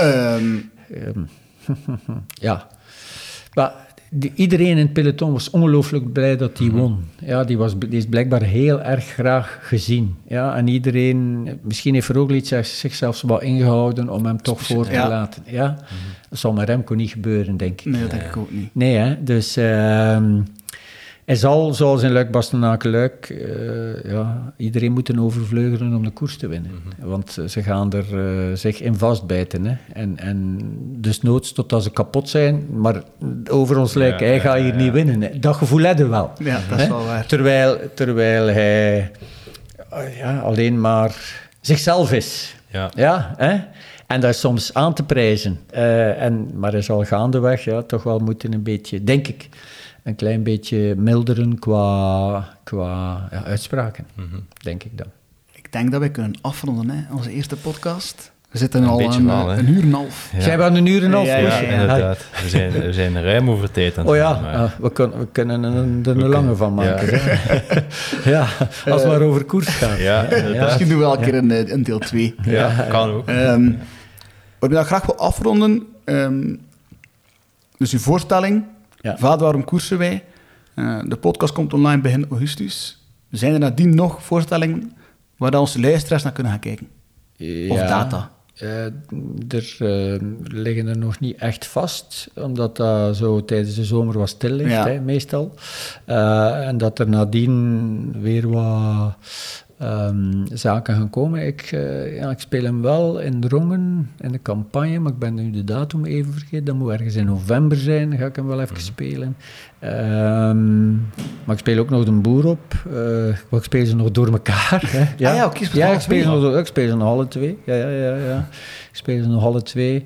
Ja. Maar iedereen in het peloton was ongelooflijk blij dat hij won. Ja, die is blijkbaar heel erg graag gezien. Ja, en iedereen... Misschien heeft Roglic zich zelfs wat ingehouden om hem toch voor te laten. Ja? Dat zal met Remco niet gebeuren, denk ik. Nee, dat denk ik ook niet. Nee, hè? Dus... hij zal, zoals in Luik-Bastenaken-Luik, iedereen moeten overvleugelen om de koers te winnen. Mm-hmm. Want ze gaan er zich in vastbijten. Hè. En dus noods totdat ze kapot zijn, maar over ons lijken, hij gaat hier niet winnen. Hè. Dat gevoel hadden we wel. Ja, dat is wel waar. Terwijl hij alleen maar zichzelf is. Ja, hè? En dat is soms aan te prijzen. Maar hij zal gaandeweg toch wel moeten een beetje, denk ik, een klein beetje milderen qua uitspraken, denk ik dan. Ik denk dat wij kunnen afronden, hè, onze eerste podcast. We zitten al beetje wel, hè. een uur en een half. Ja. Zijn we aan een uur en een half? Ja, Ja, ja. inderdaad. We zijn ruim over tijd aan het Oh doen, ja, maar- we kunnen er een lange van maken. Ja. Ja, als het maar over koers gaat. Ja, inderdaad. Misschien doen we wel een keer een deel 2. Ja, kan ook. Wat ik dat graag wil afronden, dus uw voorstelling, Ja. Vader, waarom koersen wij? De podcast komt online begin augustus. Zijn er nadien nog voorstellingen waar dan onze luisteraars naar kunnen gaan kijken? Of data? Er liggen er nog niet echt vast, omdat dat zo tijdens de zomer wat stil ligt, Ja. hè, meestal. En dat er nadien weer wat zaken gaan komen. Ik speel hem wel in Drongen, in de campagne, maar ik ben nu de datum even vergeten. Dat moet ergens in november zijn, dan ga ik hem wel even spelen. Maar ik speel ook nog de Boer op. Ik speel ze nog door elkaar. Hè. ja, oké, je speelt ja, alle ik speel, twee. nog, ik speel ze nog alle twee. Ja. Ik speel ze nog alle twee.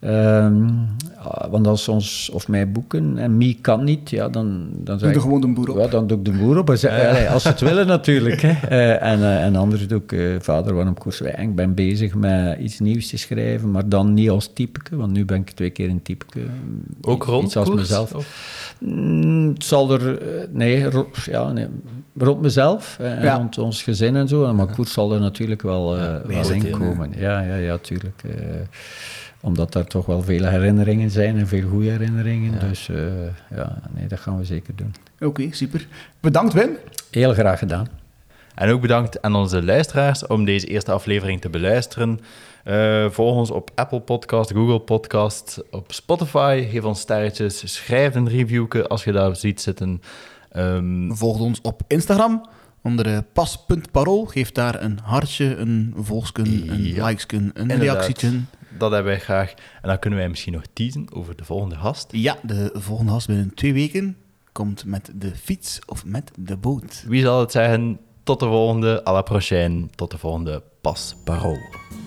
Want als ons of mij boeken en Mie kan niet, ja, dan Doe zeg er ik... gewoon de Boer op. Ja, dan doe ik de Boer op. Als ze het willen natuurlijk. Hè. En anders doe ik Vader, waarom koersen wij? En ik ben bezig met iets nieuws te schrijven, maar dan niet als typeke, want nu ben ik 2 keer een typeke. Ook rond iets als koers, mezelf. of? Het zal er... Nee, rond mezelf en Ja. rond ons gezin en zo. Maar koers zal er natuurlijk wel in zitten, komen. Ja, tuurlijk. Omdat daar toch wel veel herinneringen zijn en veel goede herinneringen. Ja. Dus dat gaan we zeker doen. Oké, super. Bedankt, Wim. Heel graag gedaan. En ook bedankt aan onze luisteraars om deze eerste aflevering te beluisteren. Volg ons op Apple Podcast, Google Podcast, op Spotify. Geef ons sterretjes, schrijf een reviewke als je daar ziet zitten. Volg ons op Instagram onder pas.parool. Geef daar een hartje, een volgsken, een Ja, likesken, een inderdaad. reactietje. Dat hebben wij graag. En dan kunnen wij misschien nog teasen over de volgende gast. Ja, de volgende gast binnen 2 weken komt met de fiets of met de boot. Wie zal het zeggen? Tot de volgende, à la prochaine. Tot de volgende Pas Parool.